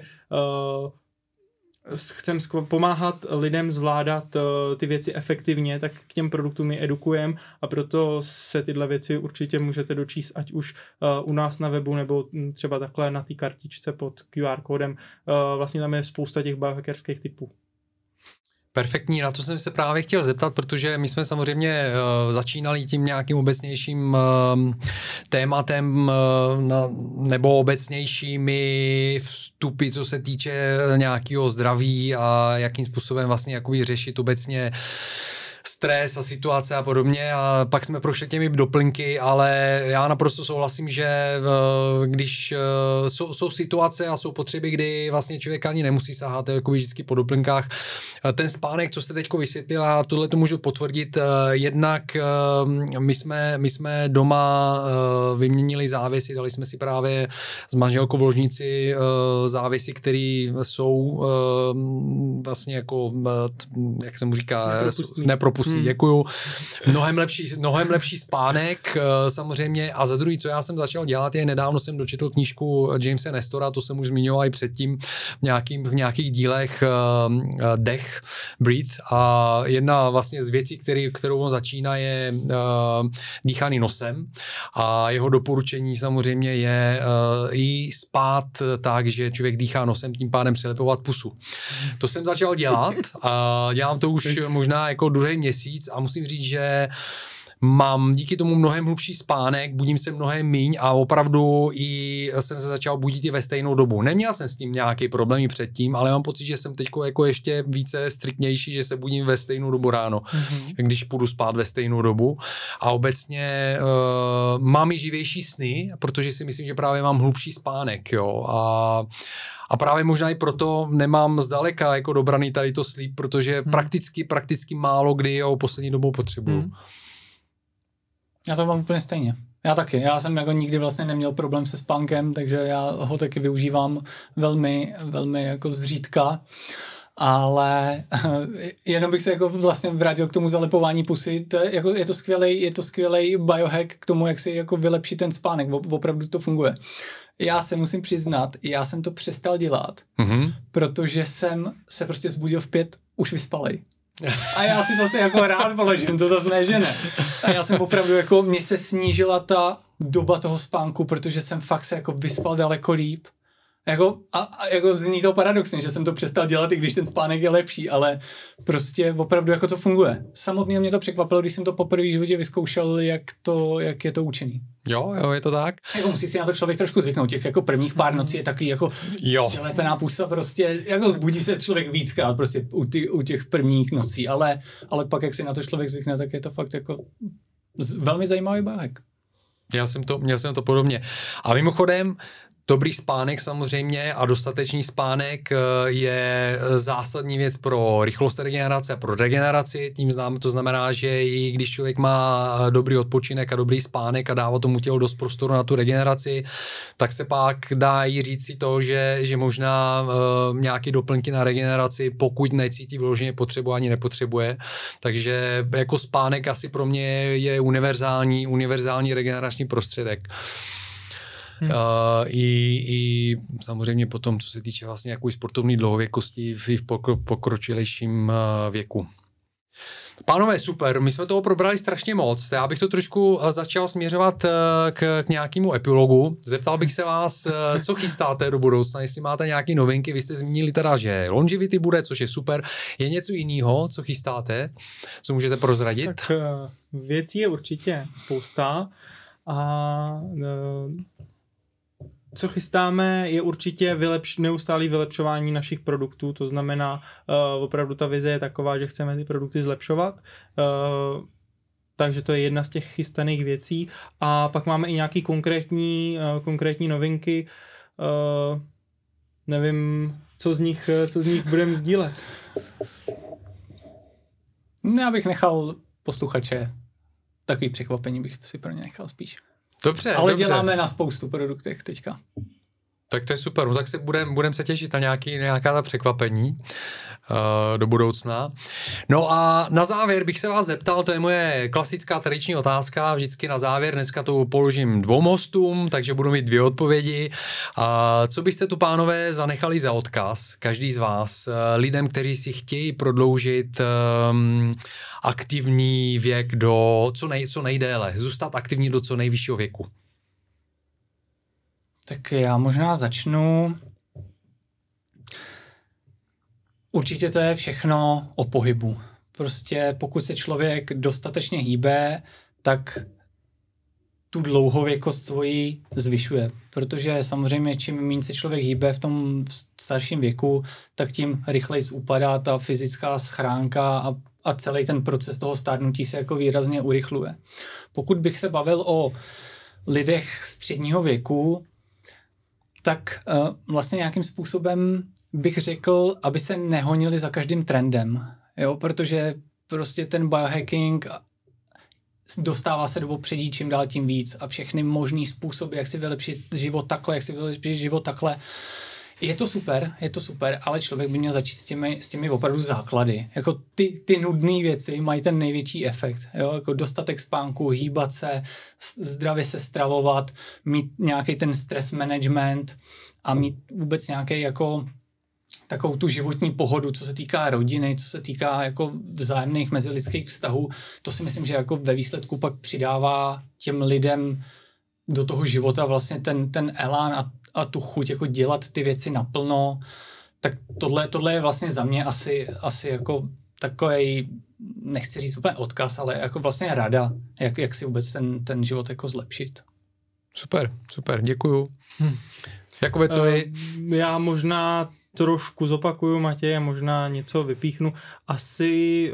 chcem pomáhat lidem zvládat ty věci efektivně, tak k těm produktům je edukujeme a proto se tyhle věci určitě můžete dočíst, ať už u nás na webu nebo třeba takhle na té kartičce pod QR kódem. Vlastně tam je spousta těch biohackerských typů. Perfektní, na to jsem se právě chtěl zeptat, protože my jsme samozřejmě začínali tím nějakým obecnějším tématem nebo obecnějšími vstupy, co se týče nějakého zdraví a jakým způsobem vlastně jakoby řešit obecně stres a situace a podobně a pak jsme prošli těmi doplňky, ale já naprosto souhlasím, že když jsou situace a jsou potřeby, kdy vlastně člověk ani nemusí sahat jako vždycky po doplňkách. Ten spánek, co jste teďko vysvětlil, a tohle to můžu potvrdit, jednak my jsme doma vyměnili závěsy, dali jsme si právě s manželkou v ložnici závěsy, které jsou vlastně jako, jak se mu říká, nepropustný. Děkuju. Mnohem lepší spánek samozřejmě a za druhý, co já jsem začal dělat, je nedávno jsem dočetl knížku Jamese Nestora, to jsem už zmiňoval i předtím v nějakých dílech Dech, Breathe a jedna vlastně z věcí, kterou on začíná, je dýchání nosem a jeho doporučení samozřejmě je i spát tak, že člověk dýchá nosem, tím pádem přelepovat pusu. To jsem začal dělat a dělám to už možná jako druhý měsíc a musím říct, že mám díky tomu mnohem hlubší spánek, budím se mnohem míň a opravdu i jsem se začal budit i ve stejnou dobu. Neměl jsem s tím nějaký problém předtím, ale mám pocit, že jsem teď jako ještě více striktnější, že se budím ve stejnou dobu ráno, když půjdu spát ve stejnou dobu. A obecně mám i živější sny, protože si myslím, že právě mám hlubší spánek, jo. A právě možná i proto nemám zdaleka jako dobraný tady to sleep, protože prakticky málo kdy ho poslední dobou potřebuju. Já to mám úplně stejně. Já taky. Já jsem jako nikdy vlastně neměl problém se spánkem, takže já ho taky využívám velmi, velmi jako zřídka. Ale jenom bych se jako vlastně vrátil k tomu zalepování pusy. Je to skvělej biohack k tomu, jak si jako vylepšit ten spánek. Opravdu to funguje. Já se musím přiznat, já jsem to přestal dělat, protože jsem se prostě zbudil v 5 už vyspalej. A já si zase jako rád položím, to zase ne, že ne. A já jsem opravdu jako, mně se snížila ta doba toho spánku, protože jsem fakt se jako vyspal daleko líp. Jako, a jako zní to paradoxně, že jsem to přestal dělat, i když ten spánek je lepší, ale prostě opravdu jako to funguje. Samotně mě to překvapilo, když jsem to poprvé v životě vyzkoušel, jak je to účinný. Jo, je to tak. Jako musí si na to člověk trošku zvyknout, těch jako prvních pár nocí je takový jako přilepená pusa, prostě jako zbudí se člověk víckrát prostě u těch prvních nocí, ale pak jak si na to člověk zvykne, tak je to fakt jako velmi zajímavý biohack. Měl jsem to podobně. A mimochodem, Dobrý spánek samozřejmě a dostatečný spánek je zásadní věc pro rychlost regenerace a pro regeneraci. To znamená, že i když člověk má dobrý odpočinek a dobrý spánek a dává tomu tělu dost prostoru na tu regeneraci, tak se pak dá i říct si to, že možná nějaké doplňky na regeneraci, pokud necítí vyloženě potřebu, ani nepotřebuje. Takže jako spánek asi pro mě je univerzální regenerační prostředek. I samozřejmě potom, co se týče vlastně jakou sportovní dlouhověkosti v pokročilejším věku. Pánové, super, my jsme toho probrali strašně moc. Já bych to trošku začal směřovat k nějakému epilogu. Zeptal bych se vás, co chystáte do budoucna, jestli máte nějaké novinky. Vy jste zmínili teda, že longevity bude, což je super. Je něco jiného, co chystáte? Co můžete prozradit? Tak věcí je určitě spousta a co chystáme, je určitě neustálý vylepšování našich produktů, to znamená, opravdu ta vize je taková, že chceme ty produkty zlepšovat, takže to je jedna z těch chystaných věcí a pak máme i nějaký konkrétní novinky, nevím, co z nich budeme sdílet. Já bych nechal posluchače, takový překvapení bych si pro ně nechal spíš. Dobře, ale dobře. Děláme na spoustu produktech teďka. Tak to je super, no tak se budem se těšit na nějaká ta překvapení do budoucna. No a na závěr bych se vás zeptal, to je moje klasická tradiční otázka, vždycky na závěr, dneska to položím 2 hostům, takže budu mít 2 odpovědi. Co byste tu, pánové, zanechali za odkaz, každý z vás, lidem, kteří si chtějí prodloužit aktivní věk do co nejdéle, zůstat aktivní do co nejvyššího věku? Tak já možná začnu. Určitě to je všechno o pohybu. Prostě pokud se člověk dostatečně hýbe, tak tu dlouhověkost svoji zvyšuje. Protože samozřejmě čím méně se člověk hýbe v tom starším věku, tak tím rychleji upadá ta fyzická schránka a celý ten proces toho stárnutí se jako výrazně urychluje. Pokud bych se bavil o lidech středního věku, tak vlastně nějakým způsobem bych řekl, aby se nehonili za každým trendem, jo, protože prostě ten biohacking dostává se do popředí čím dál tím víc a všechny možný způsoby, jak si vylepšit život takhle, je to super, ale člověk by měl začít s těmi opravdu základy. Jako ty nudné věci mají ten největší efekt. Jo? Jako dostatek spánku, hýbat se, zdravě se stravovat, mít nějaký ten stress management a mít vůbec nějaký jako takovou tu životní pohodu, co se týká rodiny, co se týká jako vzájemných mezilidských vztahů. To si myslím, že jako ve výsledku pak přidává těm lidem do toho života vlastně ten elán a tu chuť jako dělat ty věci naplno, tak tohle je vlastně za mě asi jako takovej, nechci říct úplně odkaz, ale jako vlastně rada, jak si vůbec ten život jako zlepšit. Super, děkuju. Jakube, co je? Já možná trošku zopakuju, Matěj, a možná něco vypíchnu. Asi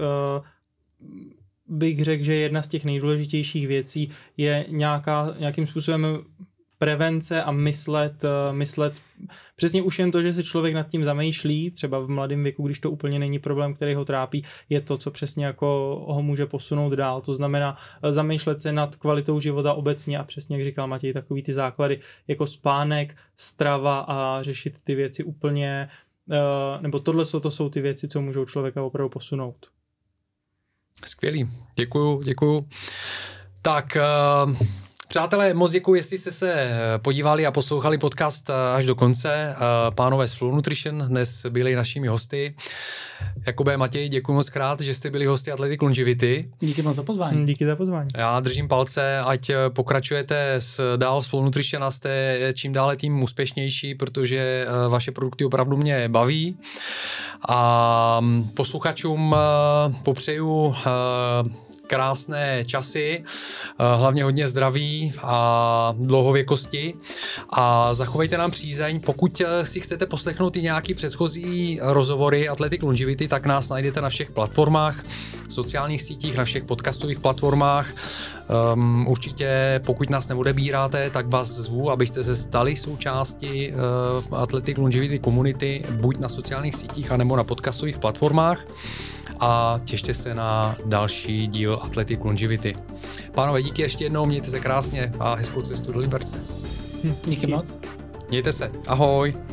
bych řekl, že jedna z těch nejdůležitějších věcí je nějakým způsobem prevence a myslet přesně už jen to, že se člověk nad tím zamýšlí, třeba v mladém věku, když to úplně není problém, který ho trápí, je to, co přesně jako ho může posunout dál. To znamená zamýšlet se nad kvalitou života obecně a přesně, jak říkal Matěj, takový ty základy jako spánek, strava a řešit ty věci úplně, nebo tohle to jsou ty věci, co můžou člověka opravdu posunout. Skvělý, děkuju. Tak, přátelé, moc děkuji, jestli jste se podívali a poslouchali podcast až do konce. Pánové z Flow Nutrition dnes byli našimi hosty. Jakube, Matěj, děkuji moc krát, že jste byli hosty Athletic Longevity. Díky moc za pozvání. Díky za pozvání. Já držím palce, ať pokračujete dál s Flow Nutrition a jste čím dále tím úspěšnější, protože vaše produkty opravdu mě baví. A posluchačům popřeju krásné časy, hlavně hodně zdraví a dlouhověkosti a zachovejte nám přízeň. Pokud si chcete poslechnout i nějaký předchozí rozhovory Athletic Longevity, tak nás najdete na všech platformách, sociálních sítích, na všech podcastových platformách. Určitě, pokud nás neodebíráte, tak vás zvu, abyste se stali součástí Athletic Longevity komunity, buď na sociálních sítích, anebo na podcastových platformách. A těšte se na další díl Athletic Longevity. Pánové, díky ještě jednou, mějte se krásně a hezkou cestu do Liberce. Díky moc. Mějte se, ahoj.